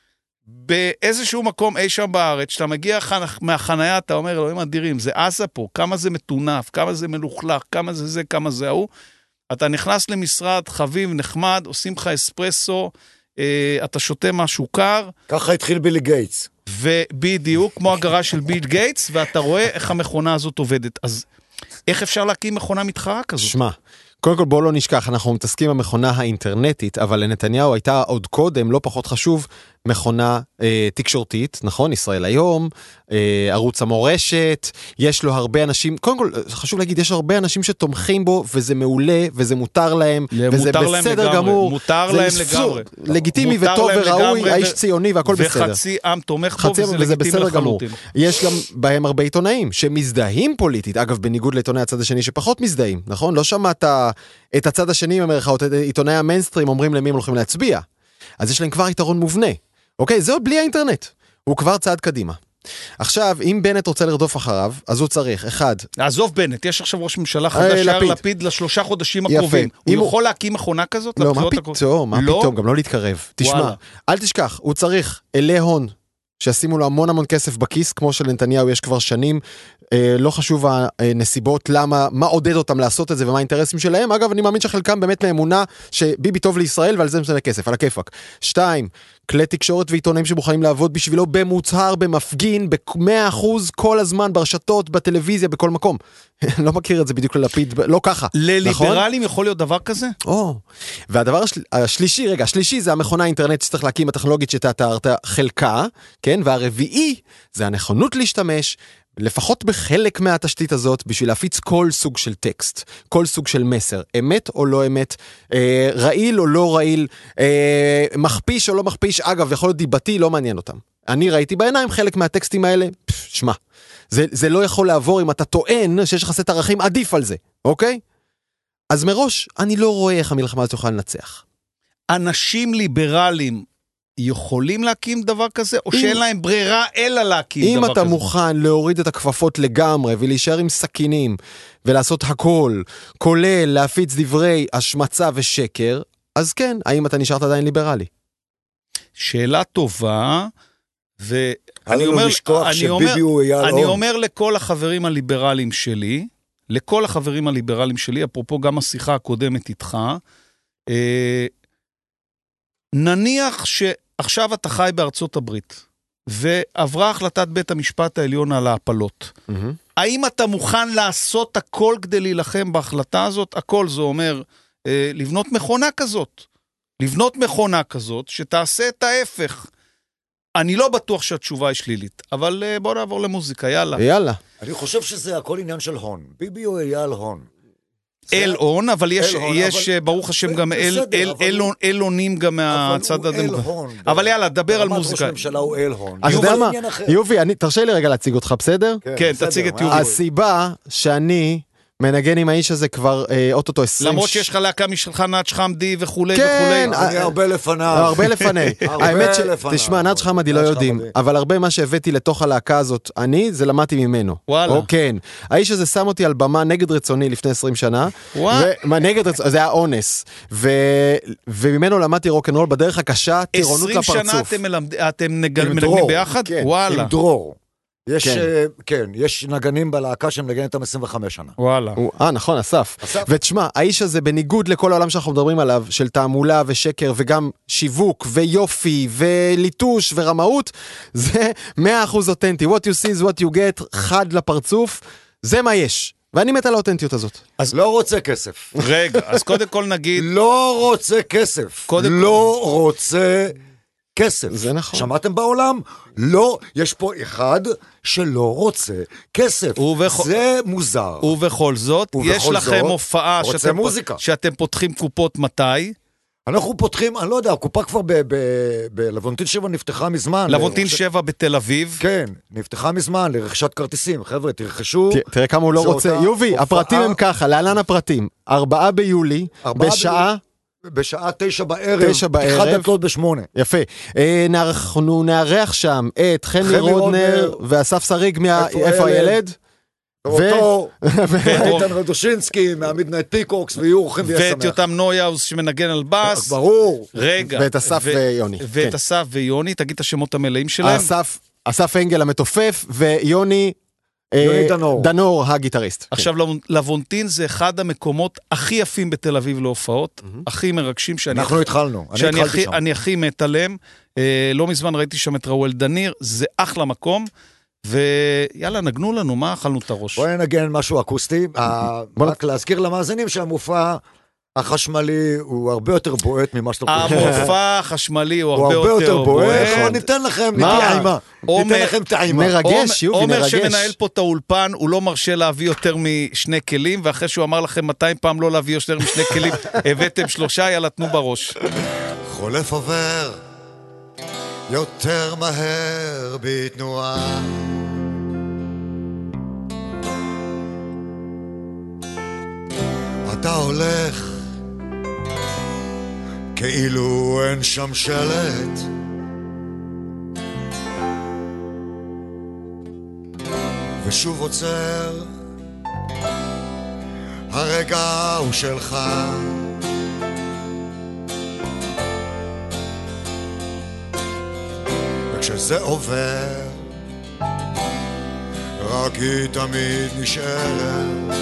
באיזשהו מקום אי שם בארץ, שאתה מגיע מהחנייה, אתה אומר, אלוהים אדירים, זה עזה פה, כמה זה מטונף, כמה זה מלוכלך, כמה זה זה, כמה זה ההוא. אתה נכנס למשרד חביב, נחמד, עושים לך אספרסו, אתה שותה משהו קר. ככה התחיל ביל גייטס. ובדיוק, כמו הגרה של ביל גייטס, ואתה רואה איך המכונה הזאת עובדת. אז איך אפשר להקים מכונה מתחרה כזאת? שמע, קודם כל בואו לא נשכח, אנחנו מתעסקים במכונה האינטרנטית, אבל לנתניהו הייתה עוד קודם, לא פחות חשוב, מכונה תקשורתית, נכון? ישראל היום, ערוץ המורשת, יש לו הרבה אנשים, קודם כל חשוב להגיד, יש הרבה אנשים שתומכים בו, וזה מעולה, וזה מותר להם, וזה בסדר גמור. מותר להם לגמרי. לגיטימי וטוב וראוי, האיש ציוני והכל בסדר. וחצי עם תומך בו, וזה לגיטימי לחלוטין. יש גם בהם הרבה עיתונאים שמזדהים פוליטית, אגב, בניגוד לעיתונאי הצד השני שפחות מזדהים, נכון? לא שמעת את הצד השני במרכאות, עיתונאי המיינסטרים אומרים למי הם הולכים להצביע. אז יש להם כבר יתרון מובנה. אוקיי, זה עוד בלי האינטרנט. הוא כבר צעד קדימה. עכשיו, אם בנט רוצה לרדוף אחריו, אז הוא צריך, 1. עזוב בנט, יש עכשיו ראש ממשלה חדש, יאיר לפיד ל3 חודשים הקרובים. הוא יכול להקים מכונה כזאת? לא, מה פתאום, גם לא להתקרב. תשמע, אל תשכח, הוא צריך אלי הון, שישימו לו המון כסף בכיס, כמו שלנתניהו יש כבר שנים, לא חשוב הנסיבות, למה, מה עודד אותם לעשות את זה, ומה האינטרסים שלהם. אגב, אני מאמין שחלקם באמת מאמונה שביבי טוב לישראל, ועל זה משנה כסף, על הכיפק. 2, כלי תקשורת ועיתונאים שמוכנים לעבוד בשבילו במוצהר, במפגין, ב100% כל הזמן, ברשתות, בטלוויזיה, בכל מקום. לא מכיר את זה בדיוק ללפיד, לא ככה. לליברלים יכול להיות דבר כזה? והדבר השלישי זה המכונה האינטרנט שצריך להקים הטכנולוגית שתתארת חלקה, כן? והרביעי זה הנכונות להשתמש לפחות בחלק מהתשתית הזאת, בשביל להפיץ כל סוג של טקסט, כל סוג של מסר, אמת או לא אמת, רעיל או לא רעיל, מכפיש או לא מכפיש, אגב, יכול להיות דיבתי, לא מעניין אותם. אני ראיתי בעיניים חלק מהטקסטים האלה, שמע, זה לא יכול לעבור אם אתה טוען שיש לך סט ערכים עדיף על זה, אוקיי? אז מראש, אני לא רואה איך המלחמה הזאת יכולה לנצח. אנשים ליברליים, יכולים להקים דבר כזה, או שאין להם ברירה אלא להקים דבר כזה? אם אתה מוכן להוריד את הכפפות לגמרי, ולהישאר עם סכינים, ולעשות הכל, כולל להפיץ דברי השמצה ושקר, אז כן, האם אתה נשארת עדיין ליברלי? שאלה טובה, אני אומר לכל החברים הליברליים שלי, אפרופו גם השיחה הקודמת איתך, נניח שעכשיו אתה חי בארצות הברית, ועברה החלטת בית המשפט העליון על ההפלות. האם אתה מוכן לעשות הכל כדי להילחם בהחלטה הזאת? הכל זה אומר לבנות מכונה כזאת שתעשה את ההפך. אני לא בטוח שהתשובה היא שלילית, אבל בואו נעבור למוזיקה, יאללה. יאללה. אני חושב שזה הכל עניין של הון. ביבי הוא אייל הון. אל-הון, אבל יש, אל-הון, יש אבל- ברוך השם גם בסדר, אבל הוא- אל-הונים גם מהצד הדמוקרטי. אל-הון. אבל יאללה, דבר על ברמת מוזיקה. ראש ממשלה הוא אל-הון. אז אתה יודע מה, עניין אחר. יובי, תרשה לי רגע להציג אותך, בסדר? כן, בסדר, תציג את מה? יובי. הסיבה שאני מנגן עם האיש הזה כבר אוטוטו 20... למרות שיש לך להקה משלך נאצ' חמדי וכולי כן, וכולי. אני הרבה לפניו. הרבה לפני. הרבה האמת לפניו. תשמע, נאצ' חמדי לא נאצ' יודעים, חמדי. אבל הרבה מה שהבאתי לתוך הלהקה הזאת, זה למדתי ממנו. וואלה. או כן. האיש הזה שם אותי על במה נגד רצוני לפני 20 שנה. וואו. נגד רצוני, זה היה אונס. וממנו למדתי רוק'נ'רול בדרך הקשה, טירונות 20 שנה לפרצוף. אתם עם מנגנים דרור, ביחד? כן, וואלה. עם דרור. יש, כן. כן, יש נגנים בלהקה שמנגן איתם 25 שנה. וואלה. נכון, אסף. אסף. ותשמע, האיש הזה בניגוד לכל העולם שאנחנו מדברים עליו, של תעמולה ושקר וגם שיווק ויופי וליטוש ורמאות, זה 100% אותנטי. What you see is what you get, חד לפרצוף, זה מה יש. ואני מת על האותנטיות הזאת. לא רוצה כסף. רגע, אז קודם כל נגיד, לא רוצה כסף. קודם לא רוצה כסף. זה נכון. שמעתם בעולם? לא, יש פה אחד שלא רוצה כסף. זה מוזר. ובכל זאת, ובכל יש לכם זאת, הופעה רוצה מוזיקה. שאתם פותחים קופות מתי? אנחנו פותחים, אני לא יודע, הקופה כבר בלוונטין 7 נפתחה מזמן. לבונטין 7 בתל אביב. כן, נפתחה מזמן לרכישת כרטיסים. חבר'ה, תרכשו. תראה כמה הוא לא זו רוצה. אותה יובי, הופעה. הפרטים הם ככה, להלן הפרטים. 4 ביולי, 4 בשעה... בשעה 9 בערב. 9 בערב. פתיחת דלתות ב8. יפה. אנחנו נארח שם את חמי חמי רודנר רודנר. ואסף שריג, איפה איפה הילד? הילד? אותו, איתן רדושינסקי מהמידנייט פיקוקס, ויהיו אורחים ויהיה ואת שמח. יותם נויאוס שמנגן על בס. ברור. רגע. ואת אסף ויוני. ואת כן. אסף ויוני, תגיד את השמות המלאים שלהם. אסף אנגל המתופף ויוני יוני דנור הגיטריסט. עכשיו, לבונטין זה אחד המקומות הכי יפים בתל אביב להופעות, הכי מרגשים אנחנו התחלנו. אני התחלתי שם. אני הכי מת עליהם. לא מזמן ראיתי שם את ראואל דניר, זה אחלה מקום, ויאללה, נגנו לנו, מה אכלנו את הראש? בואי נגן משהו אקוסטי. רק להזכיר למאזינים שהמופע החשמלי הוא הרבה יותר בועט ממה שאתה חושב. המופע החשמלי הוא הוא הרבה יותר בועט. בועט. ניתן לכם מה? טעימה. ניתן לכם טעימה. מרגש, יובי, עומר מרגש. שמנהל פה את האולפן, הוא לא מרשה להביא יותר משני כלים, ואחרי שהוא אמר לכם 200 פעם לא להביא יותר משני כלים, הבאתם 3, יאללה, תנו בראש. חולף עובר יותר מהר בתנועה, אתה הולך כאילו אין שם שלט, ושוב עוצר, הרגע הוא שלך, וכשזה עובר רק היא תמיד נשארת,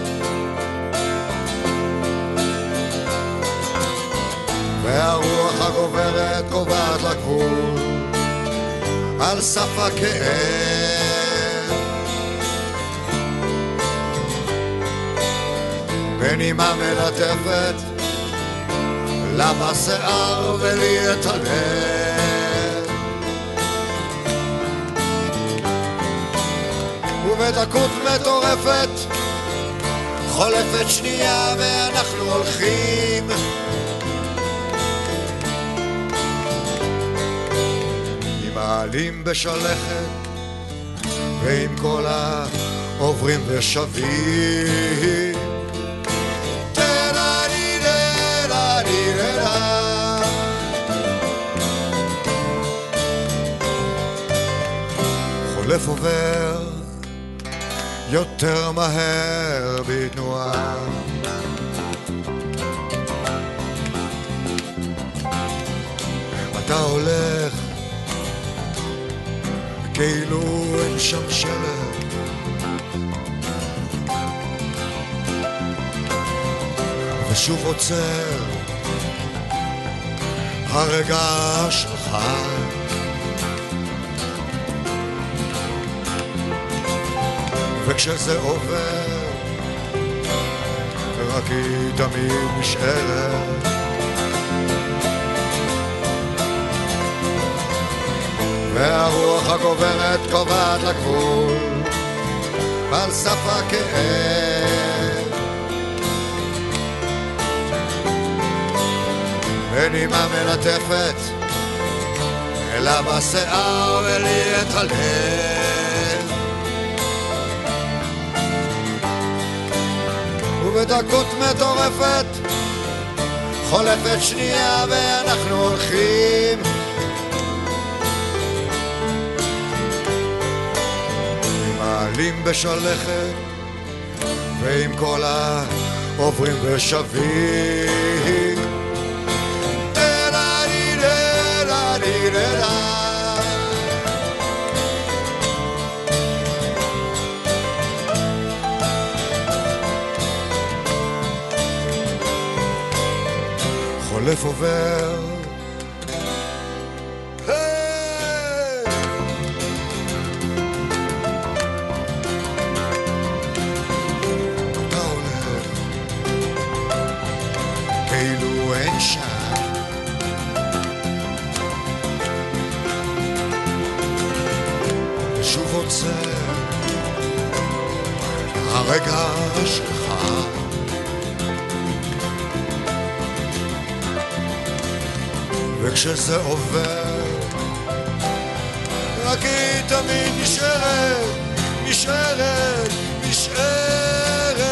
והרוח הגוברת קובעת לגבול על סף הכאב, בנימה מלטפת למה שיער ולי את הלב, ובדקות מטורפת חולפת שנייה ואנחנו הולכים, עם העלים בשלכת ועם כל העוברים ושבים, חולף עובר יותר מהר בתנועה, אתה הולך כאילו אין שם שלט, ושוב עוצר הרגע שלך, וכשזה עובר רק היא תמיד נשארת, והרוח הגוברת קובעת לגבול על סף הכאב, ונימה מלטפת אלה בשיער ולי את הלב, ובדקות מטורפת חולפת שנייה ואנחנו הולכים, מעלים בשלכת ועם כל העוברים ושבים, חולף עובר אתה הולך כאילו אין שם, ושוב עוצר הרגע שלך, וכשזה עובר רק היא תמיד נשארת, נשארת, נשארת.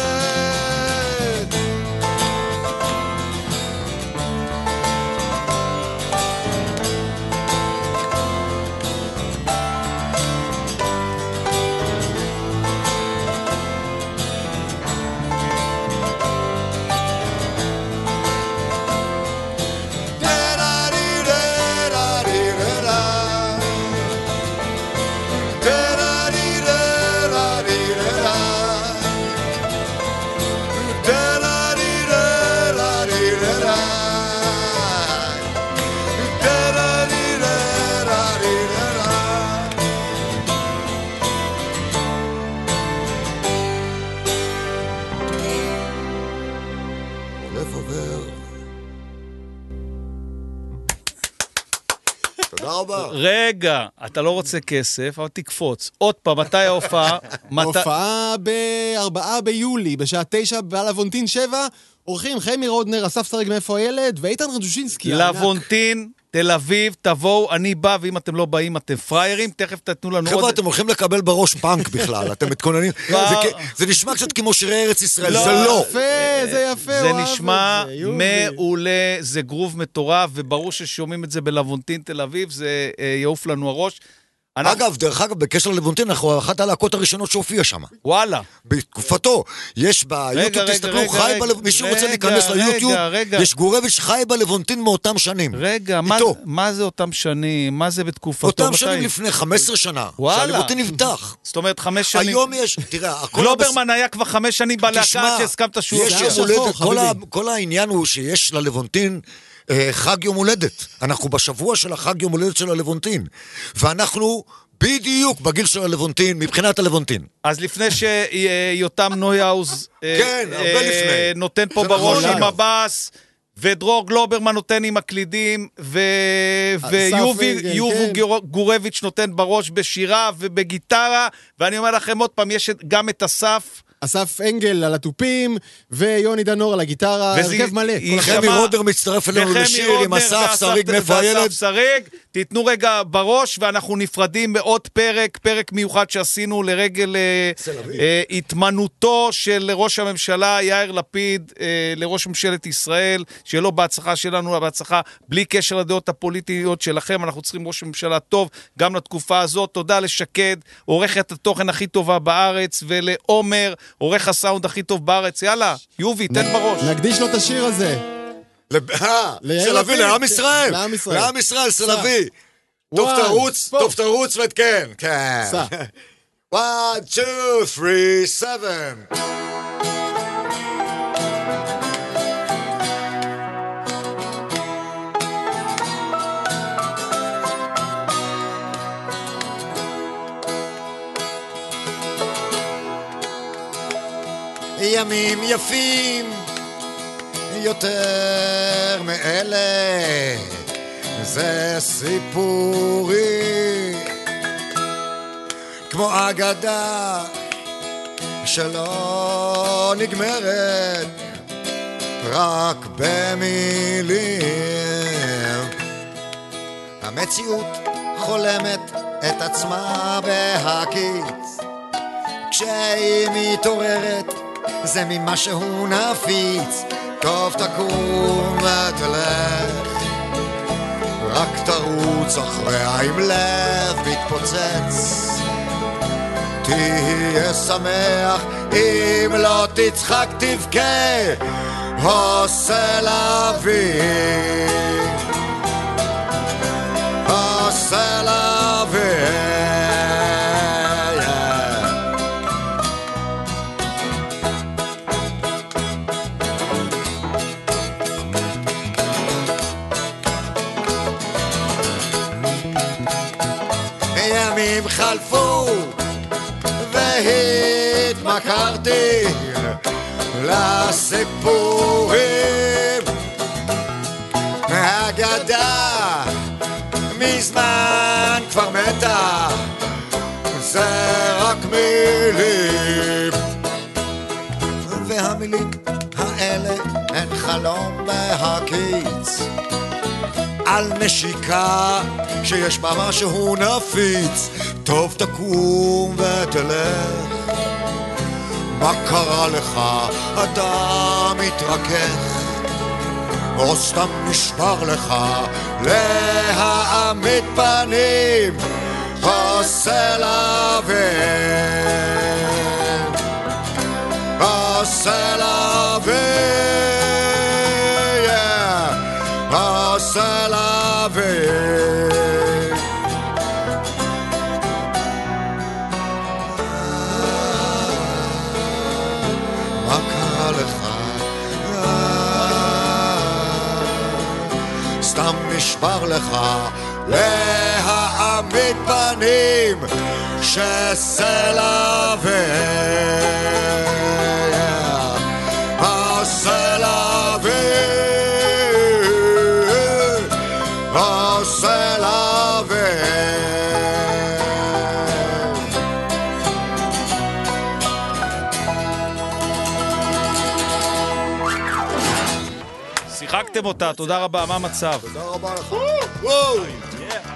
רגע, אתה לא רוצה כסף, אבל תקפוץ. עוד פעם, מתי ההופעה? הופעה ב-4 ביולי, בשעה 9 בלוונטין 7, אורחים חמי רודנר, אסף סרג מאיפה הילד, ואיתן רדושנסקי. לבונטין, תל אביב, תבואו, אני בא, ואם אתם לא באים, אתם פריירים, תכף תתנו לנו עוד... חבר'ה, אתם הולכים לקבל בראש פאנק בכלל, אתם מתכוננים, זה נשמע קצת כמו שירי ארץ ישראל, זה לא. זה יפה, זה נשמע מעולה, זה גרוב מטורף, וברור ששומעים את זה בלוונטין תל אביב, זה יעוף לנו הראש. אגב, דרך אגב, בקשר ללוונטין, אנחנו אחת הלהקות הראשונות שהופיע שם. וואלה. בתקופתו, יש ביוטיוב, תסתכלו, חי בלוונטין, מי שרוצה להיכנס ליוטיוב, יש גורביץ' חי בלוונטין מאותם שנים. רגע, מה זה אותם שנים? מה זה בתקופתו? אותם שנים לפני 15 שנה. וואלה. שהלוונטין נפתח. זאת אומרת 5 שנים. היום יש, תראה, גלוברמן היה כבר 5 שנים בלהקה שהסכמת שהוא... יש יום הולדת, כל העניין הוא שיש ללוונטין חג יום הולדת. אנחנו בשבוע של החג יום הולדת של הלוונטין. ואנחנו בדיוק בגיל של הלוונטין, מבחינת הלוונטין. אז לפני שיותם נויהאוז נותן פה בראש עם הבאס, ודרור גלוברמן נותן עם הקלידים, ויובי גורביץ' נותן בראש בשירה ובגיטרה, ואני אומר לכם עוד פעם, יש גם את אסף אנגל על הטופים, ויוני דנור על הגיטרה, הרכב מלא. חמי רודר מצטרף אלינו לשיר עם אסף סריג מאיפה הילד. תיתנו רגע בראש, ואנחנו נפרדים מעוד פרק מיוחד שעשינו לרגל התמנותו של ראש הממשלה יאיר לפיד, לראש ממשלת ישראל, שלא בהצלחה שלנו, בהצלחה בלי קשר לדעות הפוליטיות שלכם, אנחנו צריכים ראש ממשלה טוב, גם לתקופה הזאת. תודה לשקד, עורכת התוכן הכי טובה בארץ, ולעומר, עורך הסאונד הכי טוב בארץ. יאללה, יובי, תן בראש. נקדיש לו את השיר הזה. סלבי, לעם ישראל. לעם ישראל, סלבי. טוב תרוץ ותכן. כן. 1, 2, 3, 7. ימים יפים יותר מאלה, זה סיפורי כמו אגדה שלא נגמרת, רק במילים. המציאות חולמת את עצמה בהקיץ, כשהיא מתעוררת זה ממשהו נפיץ. טוב תקום ותלך, רק תרוץ אחריה עם לב מתפוצץ. תהיה שמח, אם לא תצחק תבכה, עושה להבין, עושה להבין. ימים חלפו והתמכרתי לסיפורים, האגדה מזמן כבר מתה, זה רק מילים, והמילים האלה הן חלום בהקיץ, על נשיקה שיש בה משהו נפיץ. טוב תקום ותלך, מה קרה לך? אתה מתרכך, או סתם נשבר לך להעמיד פנים, עושה להבין, עושה להבין, עושה להבין. מה קרה לך? סתם נשבר לך להעמיד פנים, שסלע הסלע הסלע שיחקתם אותה, תודה רבה, מה המצב? תודה רבה לך. וואו!